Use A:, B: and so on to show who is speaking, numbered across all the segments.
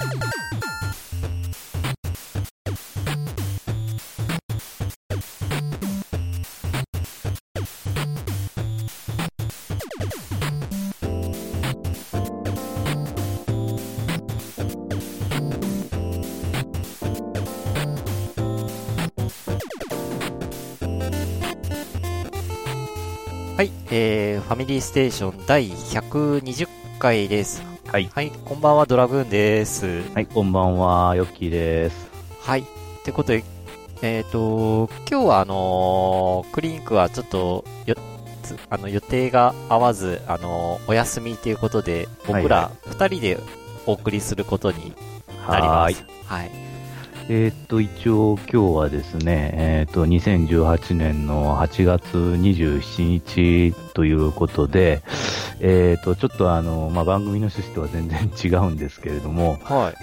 A: はい、ファミリーステーション第120回です。
B: はい。
A: はい、こんばんは、ドラグーンです。
B: はい、こんばんは、ヨッキーです。
A: はい、ってことで、今日はクリンクはちょっと予定が合わず、お休みということで、僕ら2人でお送りすることになります。はい。
B: 一応今日はですね、2018年の8月27日ということで、ちょっと番組の趣旨とは全然違うんですけれども、
A: はい。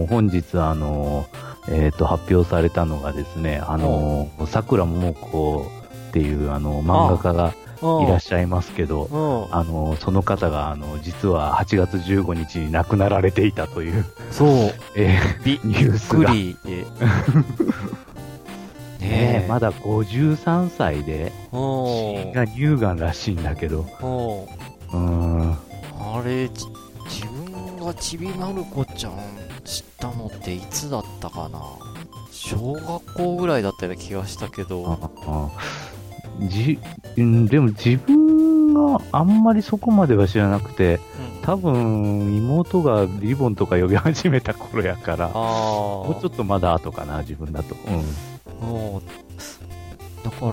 B: 本日発表されたのがですね、桜桃子っていう漫画家がいらっしゃいますけど、その方が実は8月15日に亡くなられていたという、
A: そう、
B: ニュースが。
A: びっくりで。
B: ねえ、まだ53歳で、死因が乳がんらしいんだけど、
A: あれ、自分がちびまる子ちゃん知ったのっていつだったかな。小学校ぐらいだったような気がしたけど。
B: でも自分があんまりそこまでは知らなくて、多分妹がリボンとか呼び始めた頃やから、もうちょっとまだ後かな、自分だと。
A: だから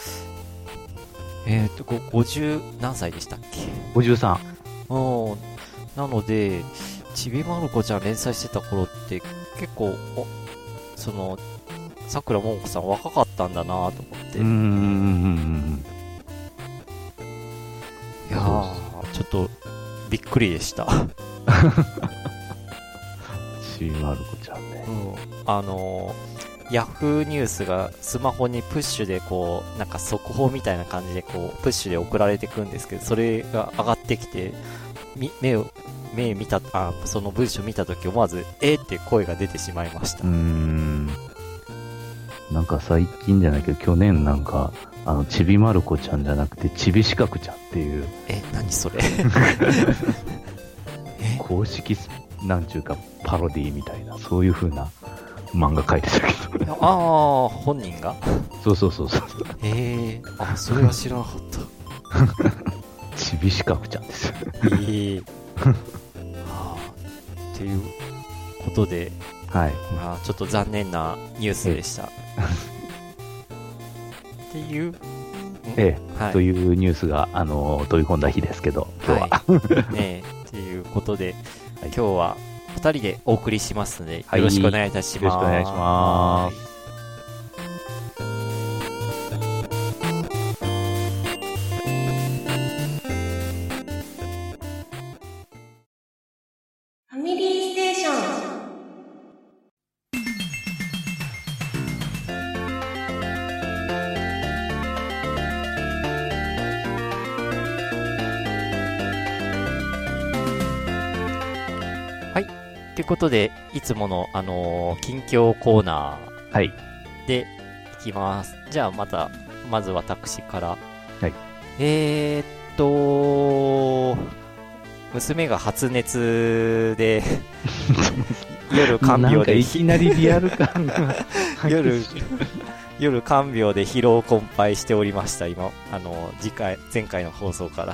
A: 、50何歳でしたっけ？
B: 53。
A: なので、ちびまる子ちゃん連載してた頃って結構、桜ももこさん若かったんだなと思って。いやー、ちょっとびっくりでした。
B: ちびまる子ちゃんね。
A: ヤフーニュースがスマホにプッシュでこう、なんか速報みたいな感じでこう、プッシュで送られてくんですけど、それが上がってきて、目見た、その文章見たとき思わず、って声が出てしまいました。
B: なんか最近じゃないけど、去年なんか、ちびまる子ちゃんじゃなくて、ちびしかくちゃんっていう。
A: 何それ
B: 公式、なんちゅうか、パロディみたいな、そういう風な漫画書いてたけど。
A: 本人が
B: そう。
A: それは知らなかった。
B: ちびしかくちゃんですよ。
A: っていうことで、
B: はい。
A: ちょっと残念なニュースでした。っていう、
B: というニュースが、飛び込んだ日ですけど、今日は。
A: っていうことで、今日は2人でお送りしますので、よろしくお願いいたします。
B: よろしくお願いします。
C: ファミリーステーション。
A: ということで、いつもの、近況コーナーでいきます。じゃあまず私から。
B: はい。
A: 娘が発熱で、夜看病で、
B: いきなりリアル感が
A: 夜看病で疲労困憊しておりました、今。前回の放送から。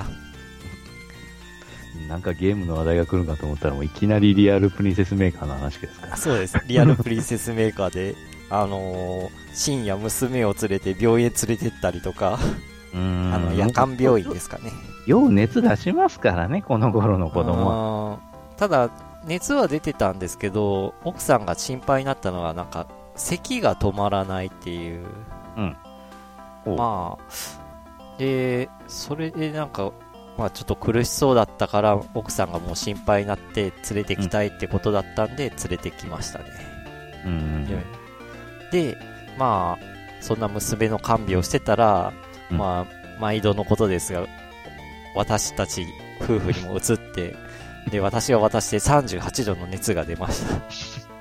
B: なんかゲームの話題が来るかと思ったら、もういきなりリアルプリンセスメーカーの話ですか？
A: そうです。リアルプリンセスメーカーで、深夜娘を連れて病院へ連れてったりとか、夜間病院ですかね。
B: よう熱出しますからね、この頃の子供は。
A: ただ、熱は出てたんですけど、奥さんが心配になったのは、なんか、咳が止まらないっていう。で、それでなんか、ちょっと苦しそうだったから、奥さんがもう心配になって連れてきたいってことだったんで、連れてきましたね。で、そんな娘の看病をしてたら、毎度のことですが、私たち夫婦にも移って、 で、私は私で38度の熱が出ました。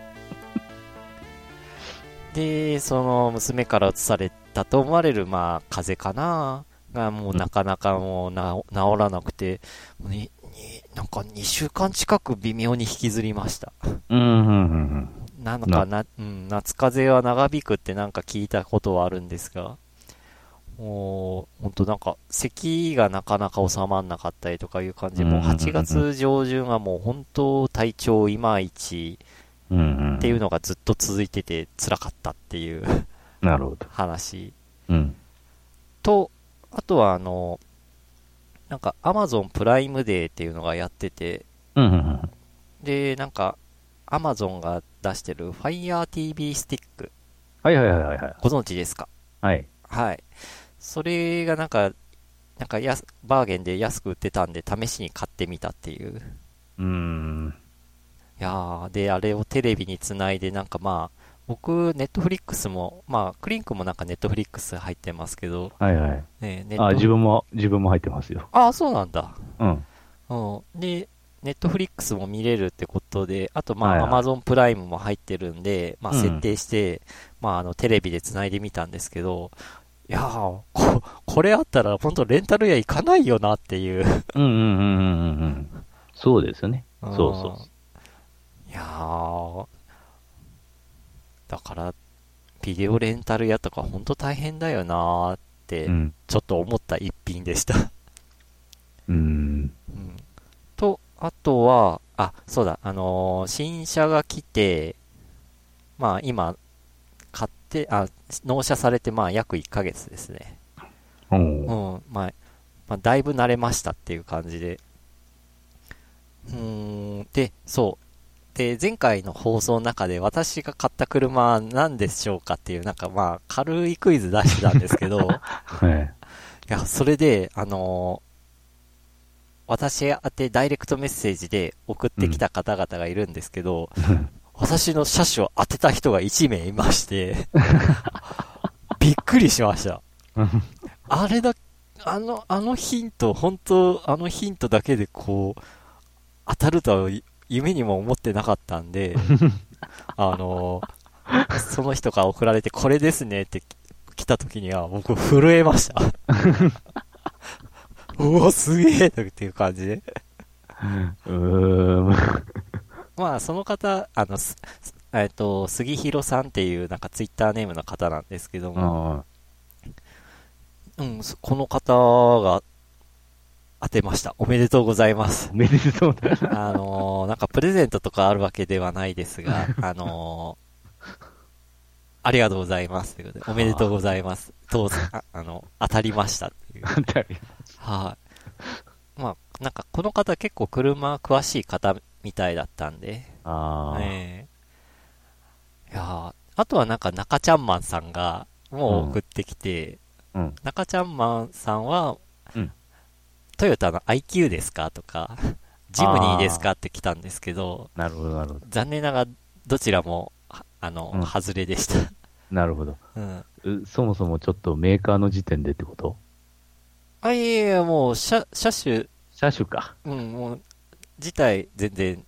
A: で、その娘から移されたと思われる、まあ、風邪かなが、もうなかなかもう治らなくて、なんか2週間近く微妙に引きずりました。なんか夏風邪は長引くってなんか聞いたことはあるんですが、もう、ほんとなんか、咳がなかなか収まんなかったりとかいう感じで、もう8月上旬はもう本当体調いまいちっていうのがずっと続いてて辛かったっていう
B: なるほど
A: 話。
B: うん。
A: と、あとはなんか Amazon プライムデーっていうのがやってて、で、なんか Amazon が出してる Fire TV スティック。
B: はいはいはいはい。
A: ご存知ですか？はい。はい。それがなんかバーゲンで安く売ってたんで試しに買ってみたっていう。いやー、で、あれをテレビにつないでなんかまあ、僕、ネットフリックスも、まあ、クリンクもなんかネットフリックス入ってますけど。
B: はいはい。ね、自分も入ってますよ。
A: ああ、そうなんだ。
B: うん。
A: で、ネットフリックスも見れるってことで、あとまあ、アマゾンプライムも入ってるんで、まあ、設定して、まあ、テレビでつないでみたんですけど、いやー、これあったら本当レンタル屋行かないよなっていう。
B: そうですよね。そうそう。
A: いやー、だから、ビデオレンタル屋とか本当大変だよなーって、ちょっと思った一品でした。と、あとは、そうだ、新車が来て、まあ今、納車されてまあ約1ヶ月ですね。まあ、だいぶ慣れましたっていう感じで。で、そう。で、前回の放送の中で私が買った車は何でしょうかっていう、なんかまあ、軽いクイズ出してたんですけど、いや、それで、私宛てダイレクトメッセージで送ってきた方々がいるんですけど、私の車種を当てた人が1名いまして、びっくりしました。あれだ、あのヒント、本当あのヒントだけでこう、当たるとは夢にも思ってなかったんで、その人から送られてこれですねって来た時には僕震えました。うわ、すげえっていう感じで。まあ、その方、杉弘さんっていうなんかツイッターネームの方なんですけども、この方が当てました。おめでとうございます。
B: おめでとうだ
A: なんかプレゼントとかあるわけではないですが、ありがとうございます。ということで、おめでとうございます。当たりましたっていう。はい。まあ、なんかこの方結構車詳しい方みたいだったんで。いやあとはなんか中ちゃんマンさんがもう送ってきて、中ちゃんマンさんは、トヨタの IQ ですかとか、ジムニーですかって来たんですけど、
B: なるほど、なるほど。
A: 残念ながらどちらも、外れでした。
B: なるほど。そもそもちょっとメーカーの時点でってこと？
A: いやもう、車種か。もう、自体全然、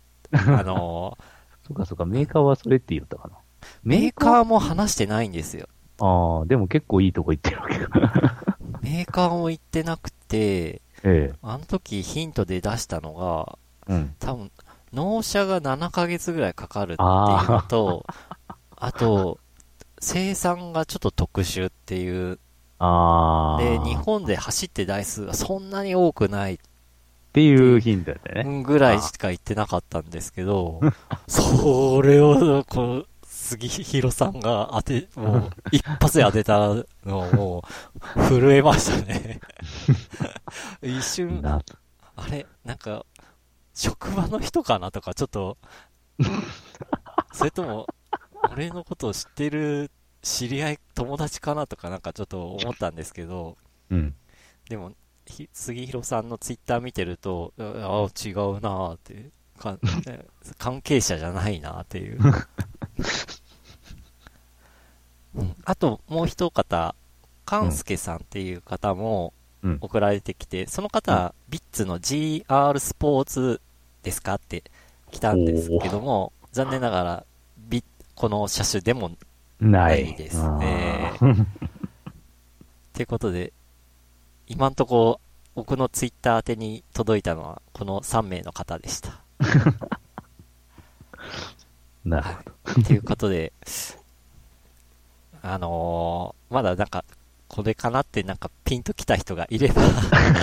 B: そうかそうか、メーカーはそれって言ったかな。
A: メーカーも話してないんですよ。
B: でも結構いいとこ行ってるわけか。
A: メーカーも行ってなくて、あの時ヒントで出したのが、多分、納車が7ヶ月ぐらいかかるっていうのと、あと、生産がちょっと特殊っていう、で、日本で走って台数がそんなに多くない
B: っていうヒントだったね。
A: ぐらいしか言ってなかったんですけど、それを、杉弘さんがもう、一発で当てたのを、もう、震えましたね。一瞬、あれ、なんか、職場の人かなとか、ちょっと、それとも、俺のことを知ってる知り合い、友達かなとかなんかちょっと思ったんですけど、でも、杉弘さんのツイッター見てると、違うなーって、関係者じゃないなーっていう。あと、もう一方、勘介さんっていう方も送られてきて、その方は、ビッツの GR スポーツですかって来たんですけども、残念ながら、この車種でもないですね。ということで、今んとこ僕のツイッター宛てに届いたのはこの3名の方でした。
B: なるほど。
A: ということで、まだなんか、これかなってなんかピンときた人がいればい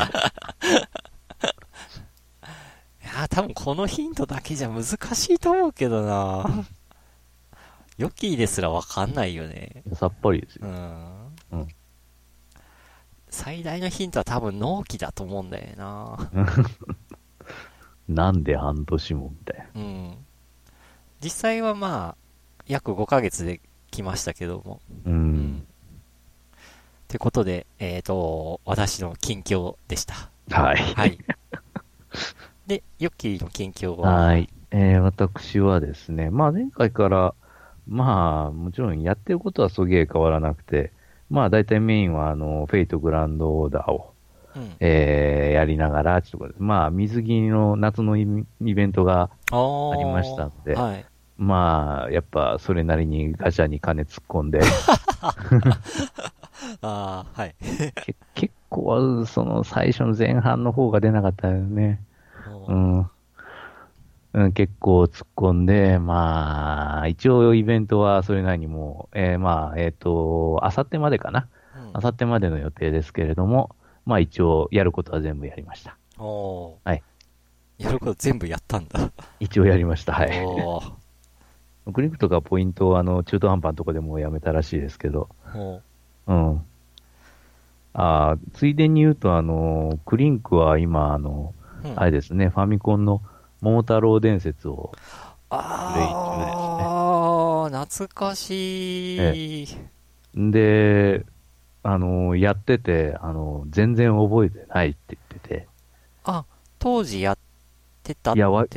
A: や多分このヒントだけじゃ難しいと思うけどなヨッキーですらわかんないよね。
B: さっぱりですよ。
A: うん。最大のヒントは多分納期だと思うんだよな
B: なんで半年もみたいな。
A: うん。実際はまあ、約5ヶ月で来ましたけども。ということで、私の近況でした。
B: はい。
A: はい。で、ヨッキーの近況は
B: はい。私はですね、まあ前回から、まあもちろんやってることはそげえ変わらなくて、まあ大体メインはフェイトグランドオーダーを、やりながら、ちょっとまあ水着の夏のイベントがありましたので、はい、まあやっぱそれなりにガチャに金突っ込んで、
A: はい。
B: 結構その最初の前半の方が出なかったよね。結構突っ込んで、まあ、一応イベントはそれなりにもう、まあ、あさってまでかな。あさってまでの予定ですけれども、まあ一応やることは全部やりました。はい。
A: やること全部やったんだ。
B: 一応やりました。はい。クリンクとかポイントを中途半端なとこでもうやめたらしいですけど。ついでに言うとクリンクは今あれですね、ファミコンの桃太郎伝説をプレイ中です
A: ね。懐かしい。
B: で、やってて、全然覚えてないって言ってて。
A: 当時やってたって。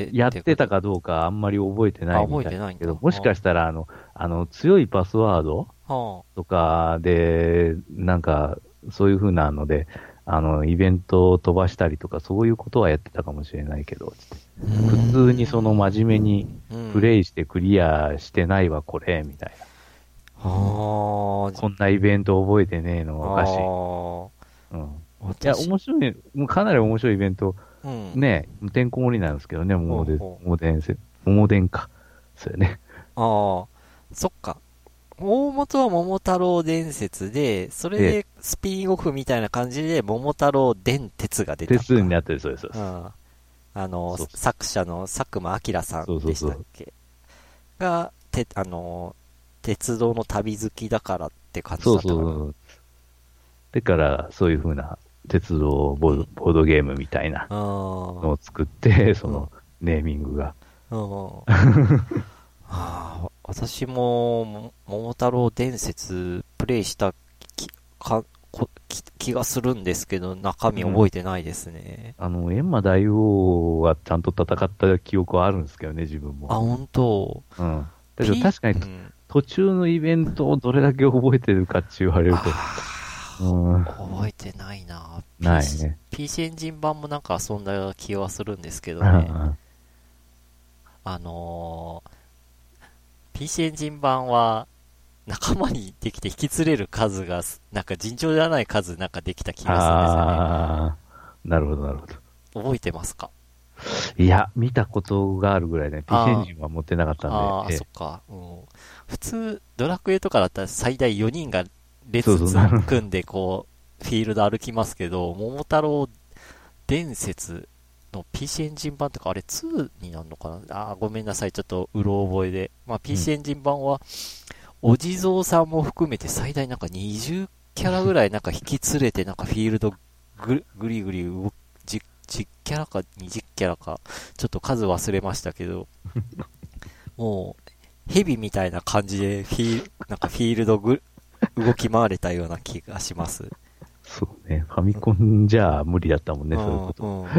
B: やってたかどうかあんまり覚えてないみたいだけど、もしかしたら強いパスワードとかで、なんか、そういう風なので、イベントを飛ばしたりとか、そういうことはやってたかもしれないけど、普通にその真面目にプレイしてクリアしてないわ、これ、みたいな。こんなイベント覚えてねえのおかしい。いや、面白い、もうかなり面白いイベント、ね、てんこ盛りなんですけどね、桃伝か。そうよね。
A: そっか。大元は桃太郎伝説で、それでスピンオフみたいな感じで桃太郎電鉄が出た。
B: 鉄になってる、そうです。
A: 作者の佐久間明さんでしたっけが、鉄道の旅好きだからって感じだったかな。そう。
B: だから、そういう風な鉄道ボードゲームみたいなのを作って、そのネーミングが。
A: 私も、桃太郎伝説プレイした気がするんですけど、中身覚えてないですね。
B: 閻魔大王はちゃんと戦った記憶はあるんですけどね、自分も。
A: 本当。
B: だけど確かに、途中のイベントをどれだけ覚えてるかって言われると。
A: 覚えてないな。
B: ないね。
A: PC エンジン版もなんか遊んだ気はするんですけどね。PC エンジン版は仲間にできて引き連れる数がなんか尋常じゃない数なんかできた気がするんですよね。
B: なるほどなるほ
A: ど。覚えてますか？
B: いや、見たことがあるぐらいね。PC エンジンは持ってなかったんで。
A: そっか。普通ドラクエとかだったら最大4人が列組んでこうフィールド歩きますけど、桃太郎伝説の PC エンジン版とかあれ2になるのかな。ごめんなさい、ちょっとうろ覚えで。PC エンジン版はお地蔵さんも含めて最大なんか20キャラぐらいなんか引き連れてなんかフィールドぐりぐり10キャラか20キャラかちょっと数忘れましたけどもうヘビみたいな感じでなんかフィールド動き回れたような気がします。
B: そうね。ファミコンじゃ無理だったもんね、そういうこと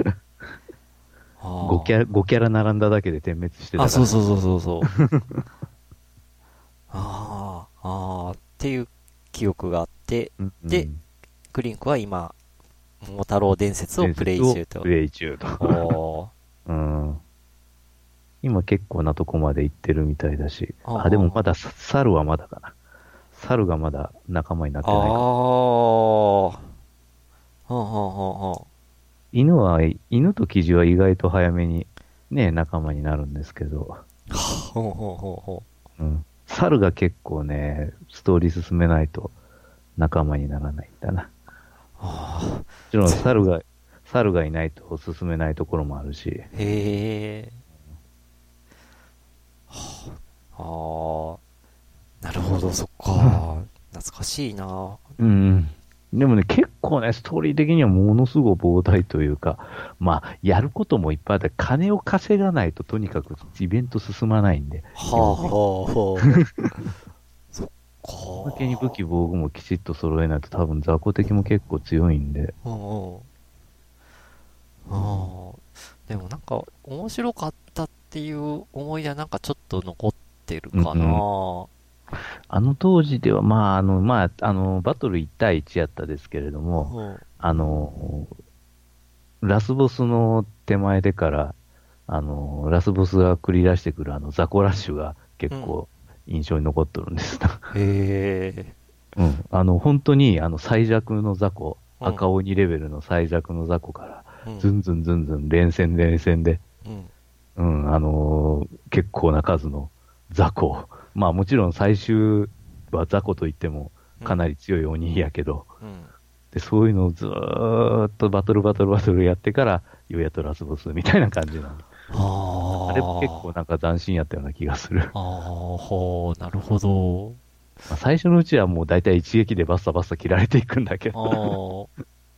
B: 。5キャラ並んだだけで点滅してたから。
A: そう。っていう記憶があって、で、クリンクは今、桃太郎伝説をプレイ中と。
B: 今結構なとこまで行ってるみたいだし。あ、でもまだ、猿はまだかな。猿がまだ仲間になってないか。犬とキジは意外と早めにね、仲間になるんですけど。うん。猿が結構ね、ストーリー進めないと仲間にならないんだな。もちろん猿がいないと進めないところもあるし。
A: へえ。ああ、なるほど、そっか。懐かしいな。
B: うん。でもね、結構ね、ストーリー的にはものすごく膨大というか、まあ、やることもいっぱいあって、金を稼がないととにかくイベント進まないんで。
A: はあ、はあ、はあ。そっか。
B: おまけに武器防具もきちっと揃えないと多分雑魚敵も結構強いんで。
A: でもなんか、面白かったっていう思い出はなんかちょっと残ってるかな。
B: あの当時では、バトル1対1やったですけれども、ラスボスの手前でから、ラスボスが繰り出してくる雑魚ラッシュが結構印象に残っとるんですな。
A: へえ。
B: 本当に、最弱の雑魚、赤鬼レベルの最弱の雑魚から、ずんずん連戦で、結構な数の雑魚。まあもちろん最終は雑魚といってもかなり強い鬼やけど、でそういうのをずーっとバトルやってから、ようやっとラスボスみたいな感じなの。あれも結構なんか斬新やったような気がする。
A: なるほど。
B: まあ、最初のうちはもう大体一撃でバッサバッサ切られていくんだけど。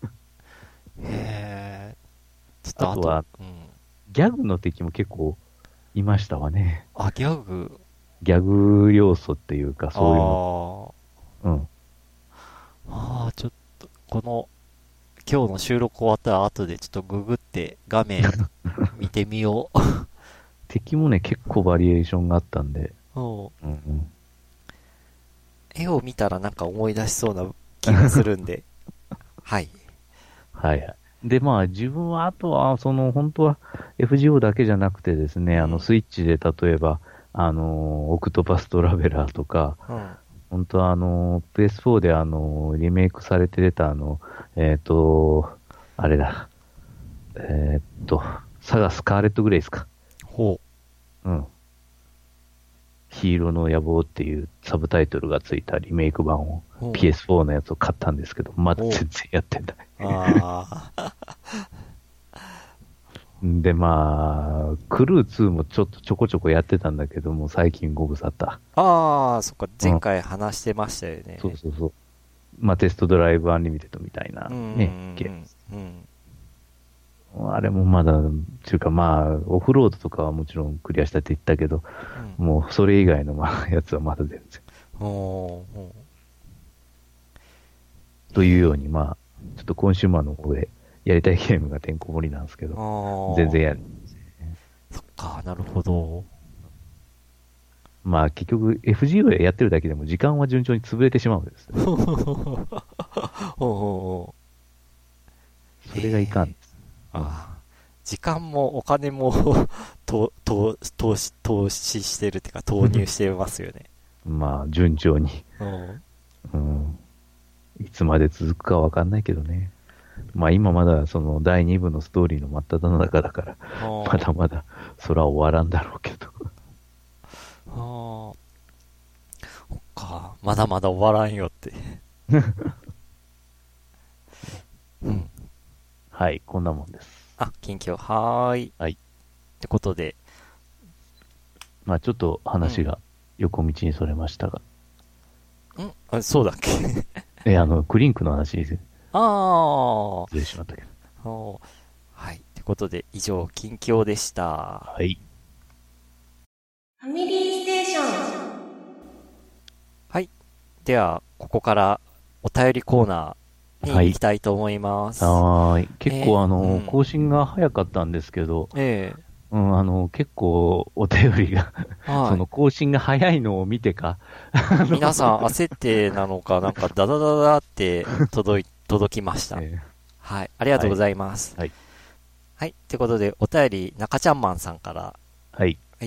A: へ
B: ー。あとは、ギャグの敵も結構いましたわね。
A: ギャグ
B: 要素っていうか、そういうの。
A: ちょっと、今日の収録終わったら後でちょっとググって画面見てみよう。
B: 敵もね、結構バリエーションがあったんで。
A: 絵を見たらなんか思い出しそうな気がするんで。はい。
B: はいはい。で、まあ自分は、あとは、本当は FGO だけじゃなくてですね、スイッチで例えば、オクトパストラベラーとか、本当はPS4 でリメイクされて出たあれだ、サガスカーレットグレイスか。ヒーローの野望っていうサブタイトルがついたリメイク版を PS4 のやつを買ったんですけど、まだ全然やってない。で、まあ、クルー2もちょこちょこやってたんだけども、最近ご無沙汰。
A: そっか、前回話してましたよね。
B: そう。まあ、テストドライブアンリミテッドみたいなね、ゲーム。あれもまだ、ちゅうかまあ、オフロードとかはもちろんクリアしたって言ったけど、もうそれ以外のやつはまだ全然。というように、まあ、ちょっとコンシューマーの方でやりたいゲームがてんこ盛りなんですけど、全然やる。
A: そっか、なるほど。
B: まあ結局 FGO でやってるだけでも時間は順調に潰れてしまうんです、ね。それがいかんです。
A: 時間もお金も投資してるっていうか投入してますよね。
B: まあ順調に。いつまで続くかわかんないけどね。まあ今まだその第2部のストーリーの真っ只中だから、まだまだそら終わらんだろうけど。
A: そっか、まだまだ終わらんよって。
B: はい、こんなもんです。
A: 近況、はーい。
B: はい。
A: ってことで。
B: まあちょっと話が横道にそれましたが。
A: そうだっけ
B: クリンクの話です。失礼しまったけ
A: ど。はい。ってことで、以上、近況でした。
B: はい。
C: ファミリーステーション。
A: はい。では、ここからお便りコーナーに行きたいと思います。
B: はい。結構更新が早かったんですけど、結構お便りがその更新が早いのを見てか
A: 皆さん焦ってなのか、なんかダダダダって届きました。はい。ありがとうございます。はい。はい。ってことで、お便り、中ちゃんマンさんから、
B: はい。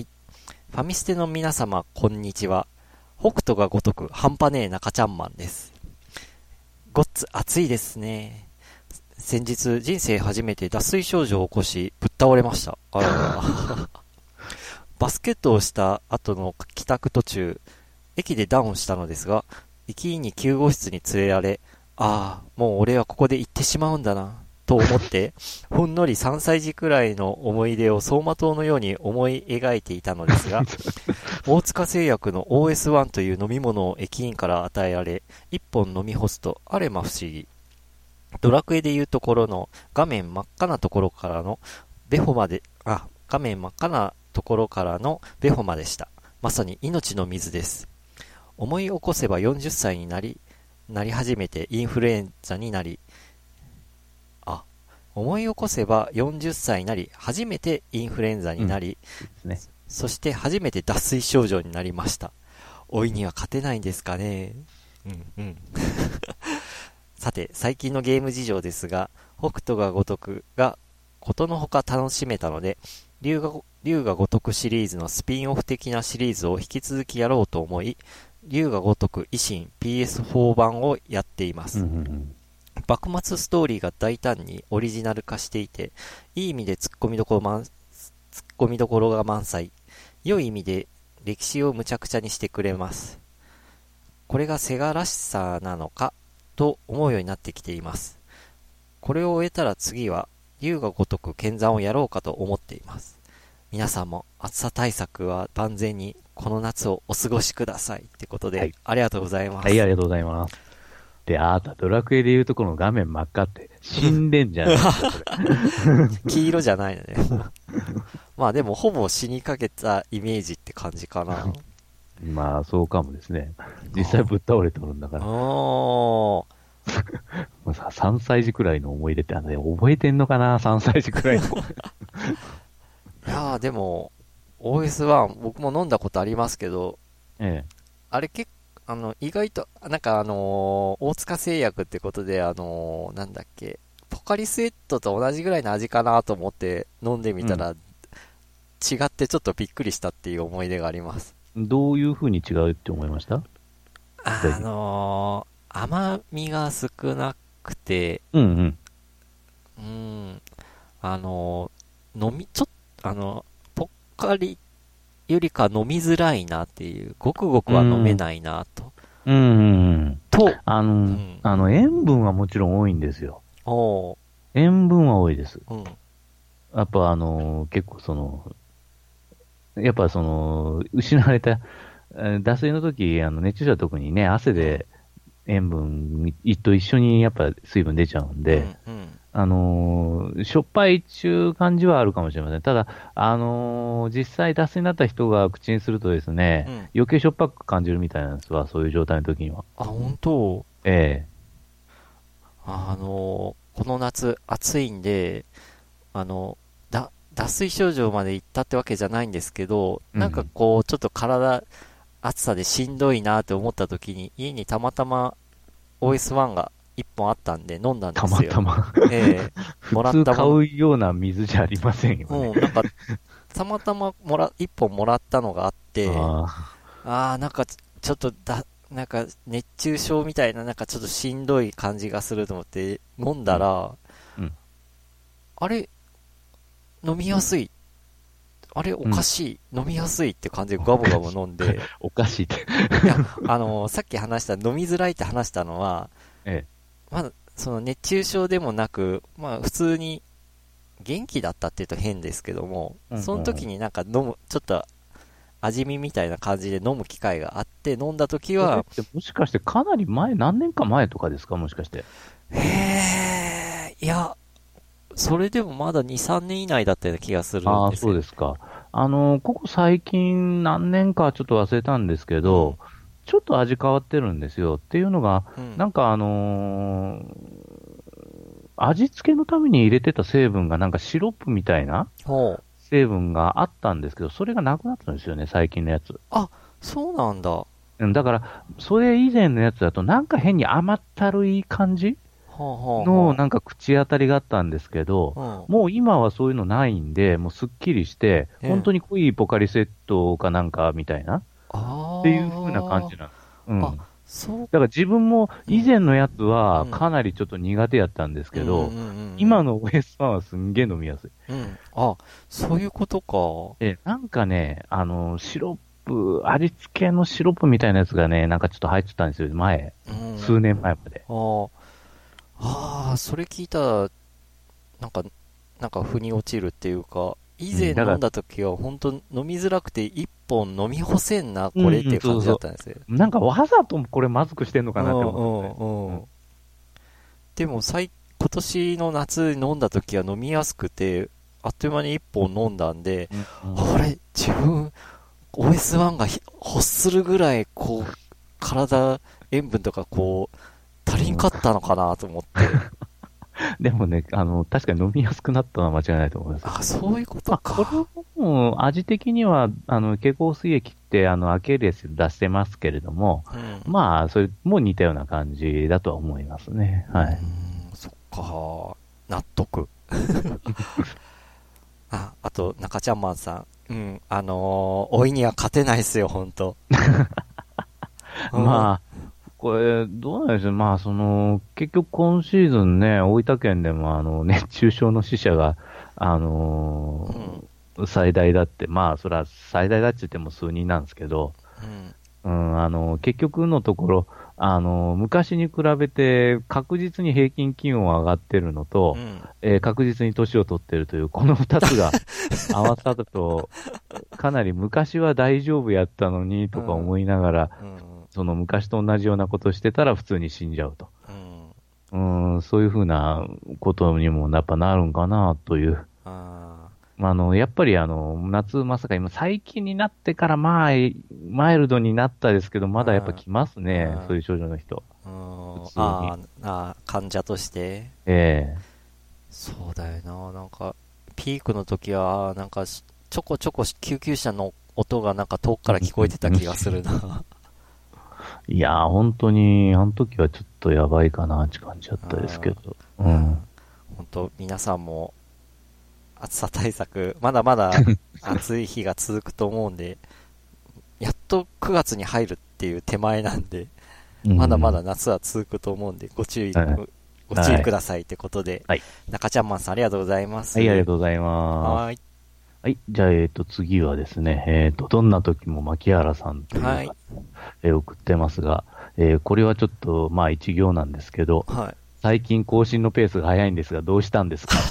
A: ファミステの皆様、こんにちは。北斗が如く半端ねえ中ちゃんマンです。ごっつ暑いですね。先日、人生初めて脱水症状を起こし、ぶっ倒れました。あららバスケットをした後の帰宅途中、駅でダウンしたのですが、駅員に救護室に連れられ、ああ、もう俺はここで行ってしまうんだな、と思って、ほんのり3歳児くらいの思い出を走馬灯のように思い描いていたのですが、大塚製薬の OS1 という飲み物を駅員から与えられ、1本飲み干すと、あれま不思議。ドラクエでいうところの画面真っ赤なところからのベホまで、画面真っ赤なところからのベホまでした。まさに命の水です。思い起こせば40歳になり始めてインフルエンザになり、思い起こせば40歳になり、初めてインフルエンザになり、そして初めて脱水症状になりました。老いには勝てないんですかね。さて、最近のゲーム事情ですが、北斗が如くがことのほか楽しめたので、龍が如くシリーズのスピンオフ的なシリーズを引き続きやろうと思い、龍が如く維新 PS4 版をやっています。幕末ストーリーが大胆にオリジナル化していて、いい意味で突っ込みどころが満載、良い意味で歴史をむちゃくちゃにしてくれます。これがセガらしさなのかと思うようになってきています。これを終えたら次は龍が如く剣山をやろうかと思っています。皆さんも暑さ対策は万全にこの夏をお過ごしくださいってことで、ありがとうございます。
B: はい、ありがとうございます。で、ドラクエでいうとこの画面真っ赤って死んでんじゃないですか、これ。
A: 黄色じゃないのね。まあでもほぼ死にかけたイメージって感じかな。
B: まあそうかもですね。実際ぶっ倒れておるんだから。3歳児くらいの思い出って覚えてんのかな ?3 歳児くらいの。
A: いやーでも、OS1 僕も飲んだことありますけど、あれ意外と、大塚製薬ってことで、なんだっけ、ポカリスエットと同じぐらいの味かなと思って飲んでみたら、違ってちょっとびっくりしたっていう思い出があります。
B: どういう風に違うって思いました？
A: 甘みが少なくて、ポッカリよりか飲みづらいなっていう、ごくごくは飲めないなと。
B: 塩分はもちろん多いんですよ。塩分は多いです。やっぱ結構やっぱ失われた、脱水の時、熱中症は特にね、汗で塩分と一緒にやっぱ水分出ちゃうんで、しょっぱいっていう感じはあるかもしれません。ただ、実際脱水になった人が口にするとですね、余計しょっぱく感じるみたいなんですわ、そういう状態の時には。
A: 本当？この夏暑いんで、脱水症状まで行ったってわけじゃないんですけど、なんかこう、ちょっと暑さでしんどいなって思った時に、家にたまたま OS1 が1本あったんで飲んだんですよ。
B: たまたま普通買うような水じゃありませんよね。
A: なんか、たまたま1本もらったのがあって、なんかちょっとなんか熱中症みたいな、なんかちょっとしんどい感じがすると思って飲んだら、あれ飲みやすい。あれおかしい。飲みやすいって感じでガブガブ飲んで。
B: おかしいって。
A: いや、さっき話した飲みづらいって話したのは、まだ、熱中症でもなく、まあ普通に元気だったって言うと変ですけども、その時になんかちょっと味見みたいな感じで飲む機会があって飲んだ時は。
B: もしかしてかなり前、何年か前とかですかもしかして。
A: いや、それでもまだ2、3年以内だったような気がするんです
B: そうですか。ここ最近何年かちょっと忘れたんですけど、ちょっと味変わってるんですよ。っていうのが、なんか味付けのために入れてた成分がなんかシロップみたいな成分があったんですけど、それがなくなったんですよね、最近のやつ。
A: そうなんだ。
B: だから、それ以前のやつだとなんか変に甘ったるい感じのなんか口当たりがあったんですけど、もう今はそういうのないんで、もうすっきりして、本当に濃いポカリセットかなんかみたいな、っていう風な感じなんです。うん。だから自分も以前のやつはかなりちょっと苦手やったんですけど、今の OS1 はすんげえ飲みやすい。
A: あ、そういうことか。
B: なんかね、シロップ、味付けのシロップみたいなやつがね、なんかちょっと入ってたんですよ、前。数年前まで。
A: それ聞いたら、なんか腑に落ちるっていうか、以前飲んだ時は本当飲みづらくて一本飲み干せんな、これっていう感じだったんですよ。
B: なんかわざとこれまずくしてんのかなって思って。
A: でも今年の夏に飲んだ時は飲みやすくて、あっという間に一本飲んだんで、あれ、自分、OS1 が欲するぐらい、こう、塩分とかこう、足りんかったのかなと思って。
B: でもね、確かに飲みやすくなったのは間違いないと思います。
A: そういうことか。
B: これも、味的には、蛍光水液って、アケレス出してますけれども、まあ、それも似たような感じだとは思いますね。はい。
A: そっか。納得。あと、中ちゃんマンさん。おいには勝てないですよ、ほんと。
B: まあ、これ、どうなんでしょう。まあ、結局今シーズンね、大分県でも、熱中症の死者が、最大だって、まあ、それは最大だって言っても数人なんですけど、結局のところ、昔に比べて確実に平均気温は上がってるのと、確実に年を取ってるという、この二つが合わさると、かなり昔は大丈夫やったのにとか思いながら、その昔と同じようなことしてたら普通に死んじゃうと。そういうふうなことにもやっぱなるんかなという。やっぱり夏まさか今最近になってからマイルドになったですけど、まだやっぱ来ますね、そういう症状の人。
A: 患者として。そうだよな。なんか、ピークの時は、なんか、ちょこちょこ救急車の音がなんか遠くから聞こえてた気がするな。
B: いやー、本当に、あの時はちょっとやばいかなって感じだったですけど。本
A: 当、皆さんも、暑さ対策、まだまだ暑い日が続くと思うんで、やっと9月に入るっていう手前なんで、まだまだ夏は続くと思うんで、ご注意くださいってことで、中ちゃんマンさんありがとうございます。
B: はい、ありがとうございます。はい。じゃあ、次はですね、どんな時も牧原さんという、送ってますが、これはちょっと、まあ一行なんですけど、最近更新のペースが早いんですが、どうしたんですか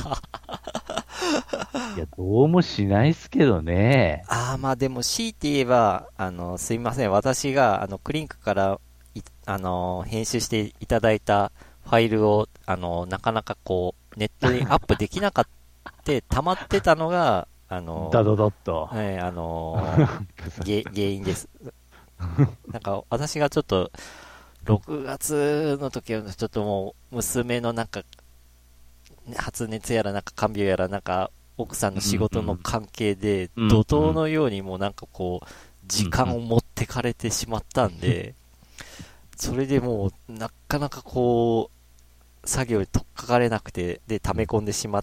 B: いや、どうもしないっすけどね。
A: まあでも、強いて言えば、すいません。私が、クリンクから、編集していただいたファイルを、なかなかこう、ネットにアップできなかった、溜まってたのが、
B: ダドドッと。
A: はい、原因です。なんか、私がちょっと、6月の時は、ちょっともう、娘のなんか、発熱やらなんか看病やらなんか奥さんの仕事の関係で怒涛のようにもうなんかこう時間を持ってかれてしまったんで、それでもうなかなかこう作業に取っかかれなくて、で溜め込んでしまって、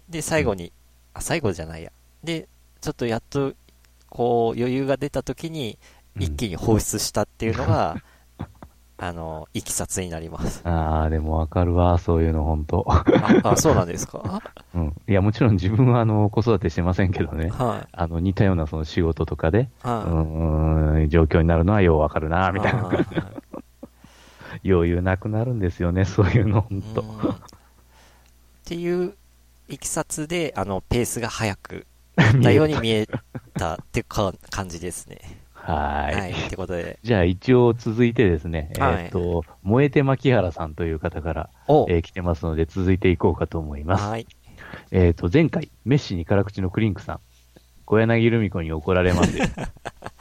A: で最後じゃないや、でちょっとやっとこう余裕が出た時に一気に放出したっていうのがいきさつになります。
B: でもわかるわ、そういうの、ほんと。
A: そうなんですか？
B: いや、もちろん自分は子育てしてませんけどね。似たようなその仕事とかで、状況になるのはようわかるな、みたいな。余裕なくなるんですよね、そういうの、ほんと。
A: っていういきさつで、ペースが速くなったように見えたっていう感じですね。
B: はい。
A: ってことで。
B: じゃあ一応続いてですね、燃えて牧原さんという方から、来てますので続いていこうかと思います。はい。前回、メッシに辛口のクリンクさん、小柳ルミ子に怒られますよ。フ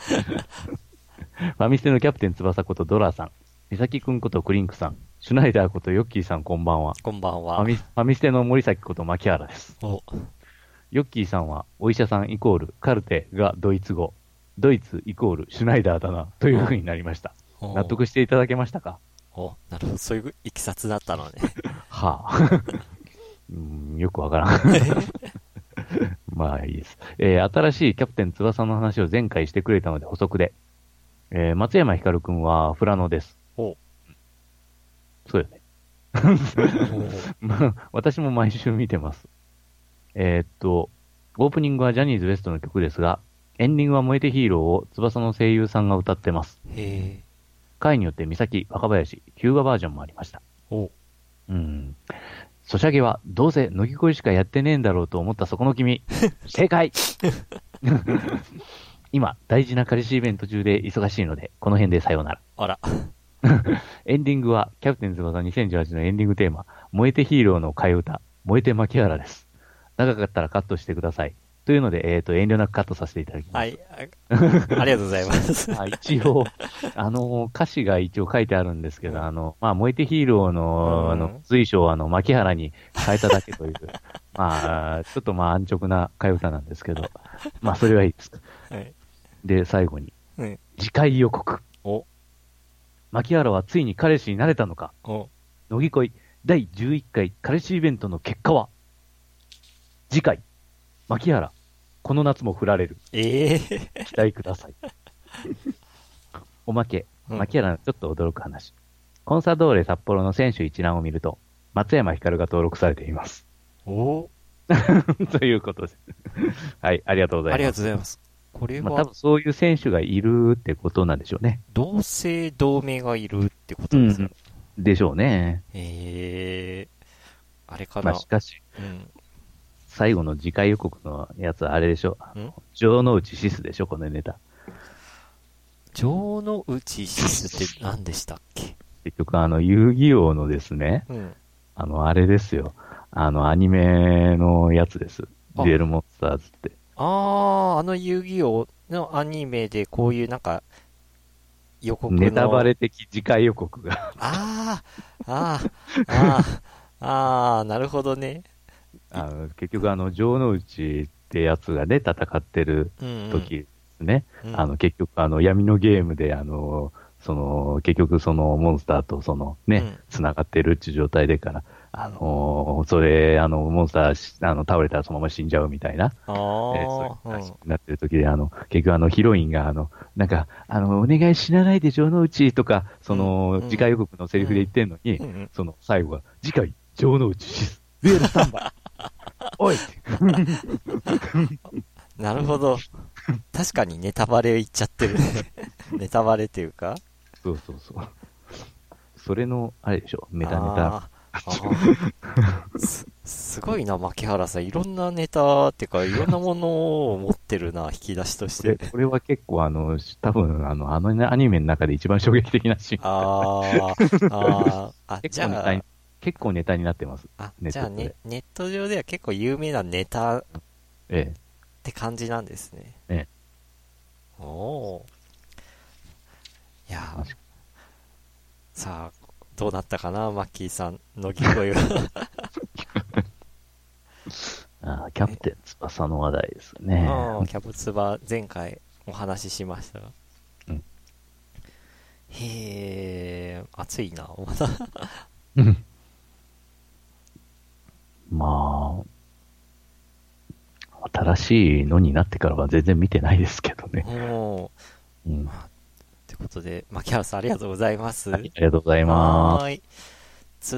B: ァミステのキャプテン翼ことドラさん、美咲くんことクリンクさん、シュナイダーことヨッキーさんこんばんは。
A: こんばんは。
B: ファミステの森崎こと牧原です。ヨッキーさんはお医者さんイコールカルテがドイツ語。ドイツイコールシュナイダーだなという風になりました。納得していただけましたか？
A: お、なるほど。そういういきさつだったのね。
B: はあ。よくわからん。まあいいです。新しいキャプテン翼の話を前回してくれたので補足で。松山ひかるくんはフラノです。
A: お
B: そうよね。まあ、私も毎週見てます。オープニングはジャニーズ WEST の曲ですが、エンディングは燃えてヒーローを翼の声優さんが歌ってます。
A: へえ。
B: 回によって三崎、若林、ヒューガバージョンもありました。
A: お
B: ソシャゲはどうせ乃木恋しかやってねえんだろうと思ったそこの君。正解今、大事な彼氏イベント中で忙しいので、この辺でさようなら。
A: あら。
B: エンディングは、キャプテン翼2018のエンディングテーマ、燃えてヒーローの替え歌、燃えて牧原です。長かったらカットしてください。というので、遠慮なくカットさせていただきます。
A: はい。ありがとうございます。
B: 一応、歌詞が一応書いてあるんですけど、まあ、燃えてヒーローの、随所を牧原に変えただけという、まあ、ちょっとまあ、安直な替え歌なんですけど、まあ、それはいいです。はい、で、最後に、次回予告。牧原はついに彼氏になれたのか。乃木恋第11回彼氏イベントの結果は、次回、牧原、この夏も振られる。期待ください。おまけ、牧原のちょっと驚く話。コンサドーレ札幌の選手一覧を見ると、松山ひかるが登録されています。ということです。はい、ありがとうございます。
A: ありがとうございます。これは、
B: まあ、多分そういう選手がいるってことなんでしょうね。
A: 同姓同名がいるってことですか、
B: でしょうね。
A: あれかな。
B: まあ、しかし、最後の次回予告のやつはあれでしょ。城之内シスでしょ、このネタ。
A: 城之内シスって何でしたっけ？
B: 結局遊戯王のですね、あれですよ。アニメのやつです。デュエルモンスターズって。
A: 遊戯王のアニメでこういうなんか、予告の。
B: ネタバレ的次回予告が。
A: なるほどね。
B: 結局城之内ってやつがね、戦ってる時ですね。結局闇のゲームで結局そのモンスターと繋がってるっていう状態でから、モンスター、倒れたらそのまま死んじゃうみたいな、そういう話になってる時で、結局ヒロインがなんか、お願い死なないで城之内とか、次回予告のセリフで言ってんのに、最後は、次回、城之内シス、デュエルスタンバイおい
A: なるほど。確かにネタバレ言っちゃってるね。ネタバレっていうか
B: そう。それの、あれでしょ、メタネタ。
A: すごいな、牧原さん。いろんなネタっていうか、いろんなものを持ってるな、引き出しとして、
B: これは結構多分アニメの中で一番衝撃的なシーン。結構ネタになってます。
A: じゃあネット上では結構有名なネタって感じなんですね。いやさあ、どうなったかな、マッキーさん、乃木恋は。
B: キャプテン翼の話題ですね。
A: キャプツバ、前回お話ししましたが。熱いな、まだ。
B: まあ、新しいのになってからは全然見てないですけどね。
A: ということで、牧原さんありがとうございます。
B: ありがとうございます。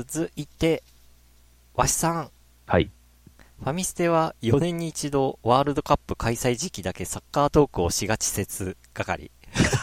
A: 続いて、わしさん。
B: はい。
A: ファミステは4年に一度ワールドカップ開催時期だけサッカートークをしがち説係。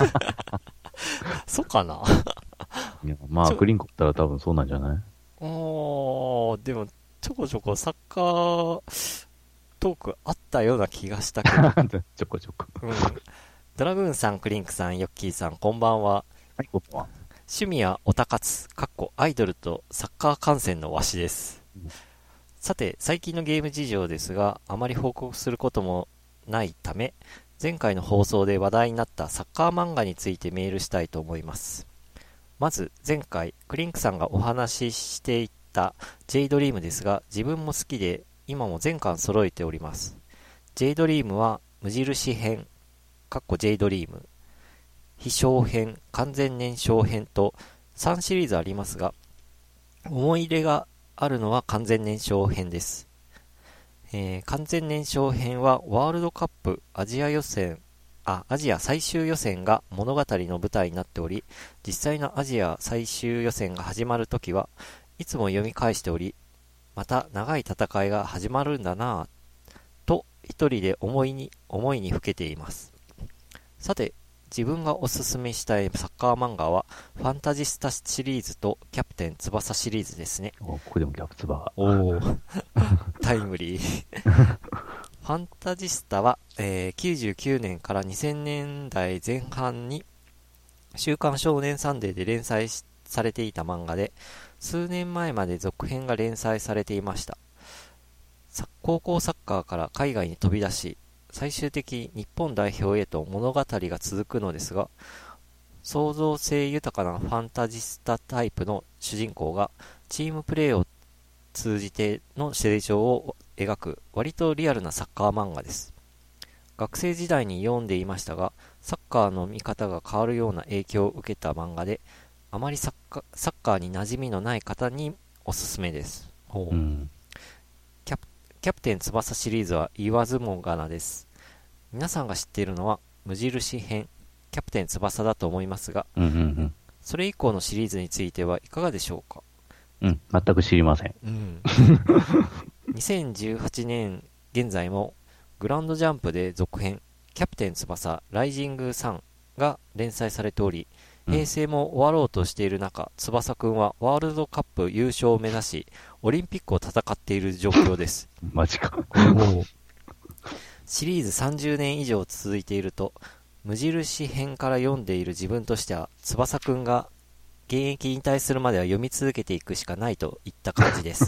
A: そうかな。
B: まあ、クリンコったら多分そうなんじゃない？
A: でも、ちょこちょこサッカートークあったような気がしたけど。
B: ちょこちょこ。
A: ドラグーンさん、クリンクさん、ヨッキーさん、こんばんは。
B: はい、こんばんは。
A: 趣味はオタ活、アイドルとサッカー観戦のわしです。さて、最近のゲーム事情ですが、あまり報告することもないため、前回の放送で話題になったサッカー漫画についてメールしたいと思います。まず、前回、クリンクさんがお話ししていた J ドリームですが、自分も好きで、今も全巻揃えております。J ドリームは、無印編、J ドリーム、非償編、完全燃焼編と、 3シリーズありますが、思い入れがあるのは完全燃焼編です。完全燃焼編はワールドカップアジア最終予選が物語の舞台になっており、実際のアジア最終予選が始まるときはいつも読み返しており、また長い戦いが始まるんだなぁと一人で思いにふけています。さて、自分がおすすめしたいサッカー漫画はファンタジスタシリーズとキャプテン翼シリーズですね。
B: ここでもキャプツバが。
A: おおタイムリーファンタジスタは、99年から2000年代前半に週刊少年サンデーで連載されていた漫画で、数年前まで続編が連載されていました。高校サッカーから海外に飛び出し、最終的に日本代表へと物語が続くのですが、創造性豊かなファンタジスタタイプの主人公がチームプレーを通じての成長を描く割とリアルなサッカー漫画です。学生時代に読んでいましたが、サッカーの見方が変わるような影響を受けた漫画で、あまりサッカーに馴染みのない方におすすめです。キャプテン翼シリーズは言わずもがなです。皆さんが知っているのは無印編キャプテン翼だと思いますが、それ以降のシリーズについてはいかがでしょうか。
B: 全く知りません。
A: 2018年現在もグランドジャンプで続編キャプテン翼ライジング3が連載されており、平成も終わろうとしている中、翼くんはワールドカップ優勝を目指しオリンピックを戦っている状況です。
B: マジか。
A: シリーズ30年以上続いていると、無印編から読んでいる自分としては、翼くんが現役引退するまでは読み続けていくしかないといった感じです。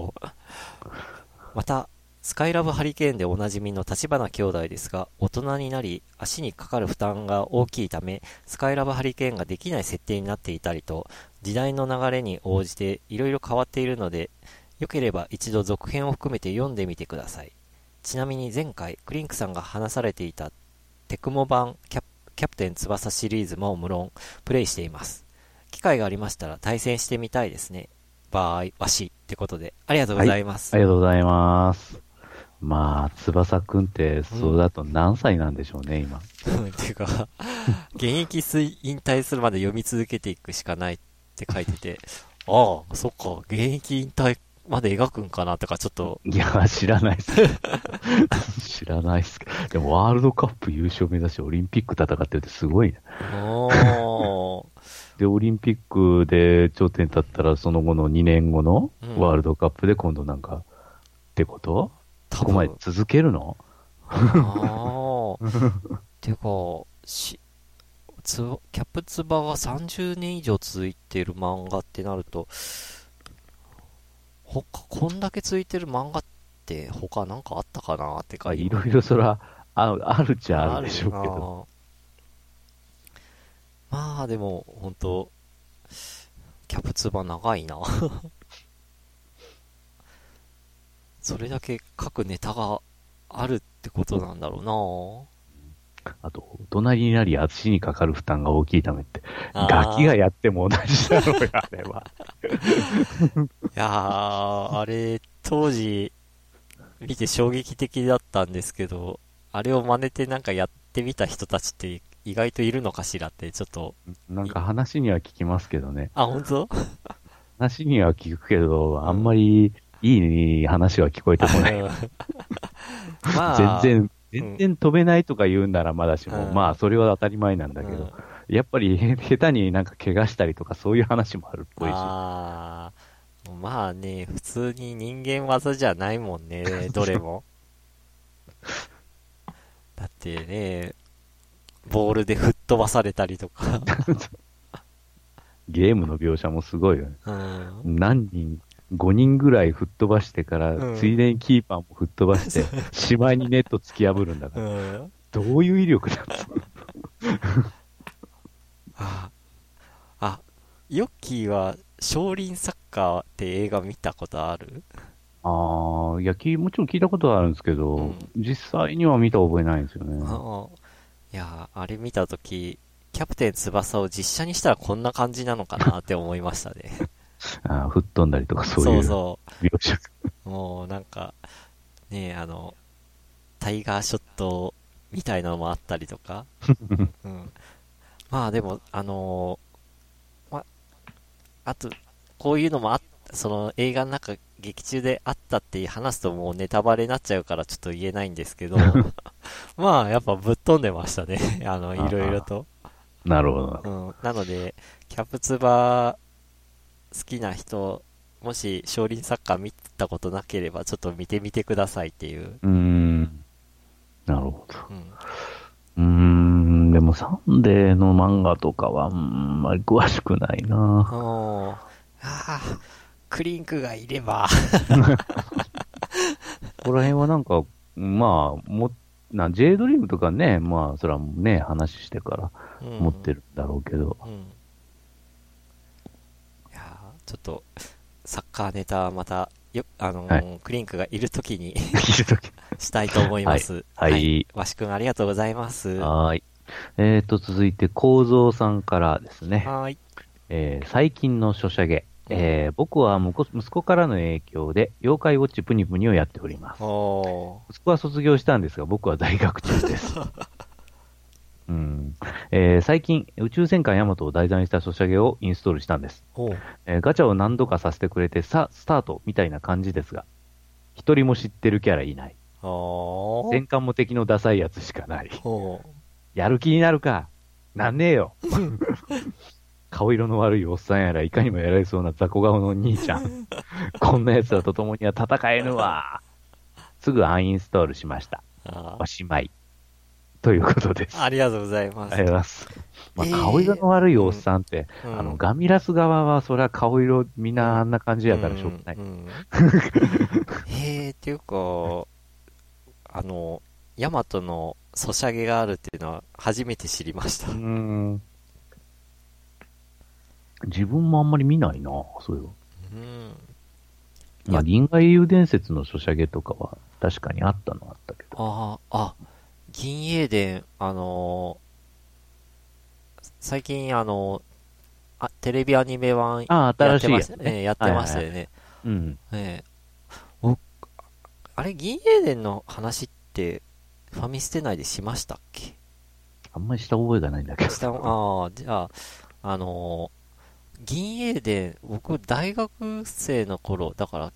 A: また、スカイラブハリケーンでおなじみの立花兄弟ですが、大人になり足にかかる負担が大きいため、スカイラブハリケーンができない設定になっていたりと、時代の流れに応じていろいろ変わっているので、よければ一度続編を含めて読んでみてください。ちなみに前回クリンクさんが話されていたテクモ版キャプテン翼シリーズも無論プレイしています。機会がありましたら対戦してみたいですね。わしってことでありがとうございます。
B: ありがとうございます。まあ、翼くんってそうだと何歳なんでしょうね、今。
A: っていうか現役引退するまで読み続けていくしかないって書いてて、ああそっか、現役引退まで描くんかなとかちょっと。
B: いや、知らないっす。知らないっすけど。でもワールドカップ優勝目指してオリンピック戦ってるってすごいね。で、オリンピックで頂点に立ったらその後の2年後のワールドカップで今度なんか、ってことここまで続けるの？
A: てか、キャプツバが30年以上続いている漫画ってなると、こんだけ続いてる漫画って他なんかあったかなってか、
B: いろいろそらあるっちゃあるでしょうけど。
A: まあでも本当キャプツバ長いな。それだけ各ネタがあるってことなんだろうな。
B: あと、大人になり足にかかる負担が大きいためって、ガキがやっても同じだろうよ、あれは。
A: いやー、あれ、当時、見て衝撃的だったんですけど、あれを真似てなんかやってみた人たちって意外といるのかしらって、ちょっと。
B: なんか話には聞きますけどね。
A: あ、本当？
B: 話には聞くけど、あんまりいい話は聞こえてこない。まあ、全然飛べないとか言うんならまだしも、まあ、それは当たり前なんだけど、やっぱり下手になんか怪我したりとかそういう話もあるっぽいし。
A: まあね、普通に人間技じゃないもんね、どれも。だってね、ボールで吹っ飛ばされたりとか。
B: ゲームの描写もすごいよね。5人ぐらい吹っ飛ばしてから、ついでにキーパーも吹っ飛ばして、しまいにネット突き破るんだから。どういう威力だ
A: ヨッキーは少林サッカーって映画見たことある？
B: いや、もちろん聞いたことはあるんですけど、実際には見た覚えないんですよね。
A: いや、あれ見たとき、 キャプテン翼を実写にしたらこんな感じなのかなって思いましたね。
B: 吹っ飛んだりとかそういう描写。
A: もうなんか、ねタイガーショットみたいなのもあったりとか。うん、まあでも、あと、こういうのもその映画の中、劇中であったって話すともうネタバレになっちゃうからちょっと言えないんですけど、まあやっぱぶっ飛んでましたね。いろいろと。
B: なるほど。
A: うん。なので、キャプツバ好きな人、もし少林サッカー見たことなければちょっと見てみてくださいっていう。
B: なるほど。でもサンデーの漫画とかはあんまり詳しくないな。
A: クリンクがいれば。
B: ここら辺はなんか、まあ、J ドリームとかね、まあ、それはね、話してから持ってるんだろうけど。
A: いやちょっと、サッカーネタまた、クリンクがいるときにしたいと思います。
B: はい。
A: わしくんありがとうございます。
B: はい。続いて、構造さんからですね。
A: はい。
B: 最近の書写芸。僕は息子からの影響で、妖怪ウォッチプニプニをやっております。息子は卒業したんですが、僕は大学中です。最近、宇宙戦艦ヤマトを題材にした書写芸をインストールしたんです。ガチャを何度かさせてくれて、さあ、スタートみたいな感じですが、一人も知ってるキャラいない。戦艦も敵のダサいやつしかない。やる気になるかなんねえよ。顔色の悪いおっさんやら、いかにもやられそうな雑魚顔の兄ちゃん。こんな奴らと共には戦えぬわ。すぐアンインストールしました。おしまい。ということです。
A: ありがとうございます。
B: ありがとうございます。まあ、顔色の悪いおっさんって、ガミラス側は、そりゃ顔色みんなあんな感じやからしょうがない。
A: っていうか、ヤマトのソシャゲがあるっていうのは初めて知りました。
B: 自分もあんまり見ないな、そういう。まあ、銀河英雄伝説のソシャゲとかは確かにあったのはあったけど。
A: 銀英伝、最近テレビアニメ版
B: やってましたね。
A: やってましたよね。あれ、銀英伝の話ってファミステ内でしましたっけ？
B: あんまりした覚えがないんだけど。
A: じゃあ、銀英伝、僕大学生の頃、だから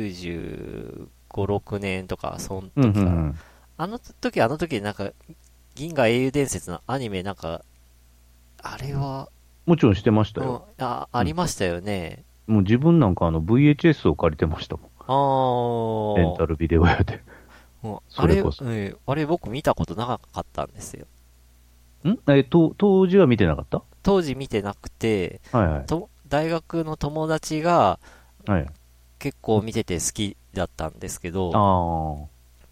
A: 95、6年とか、その時から、あの時なんか、銀河英雄伝説のアニメなんか、あれは、
B: もちろんしてましたよ。
A: ありましたよね。
B: もう自分なんかVHS を借りてましたもん。レンタルビデオ屋で。
A: それこそ。あれ僕見たことなかったんですよ。
B: 当時は見てなかった？
A: 当時見てなくて、大学の友達が、結構見てて好きだったんですけど、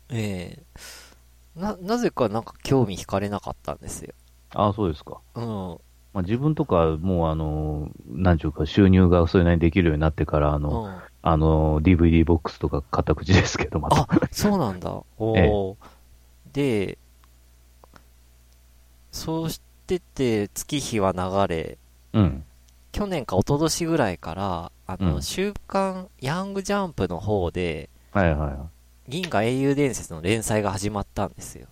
A: なぜかなんか興味惹かれなかったんですよ。
B: そうですか。まあ、自分とかもうなんちゅうか収入がそれなりにできるようになってから、DVD ボックスとか片口ですけど、また。
A: そうなんだ。で、そうしてて月日は流れ、去年か一昨年ぐらいから、週刊ヤングジャンプの方で、銀河英雄伝説の連載が始まったんですよ。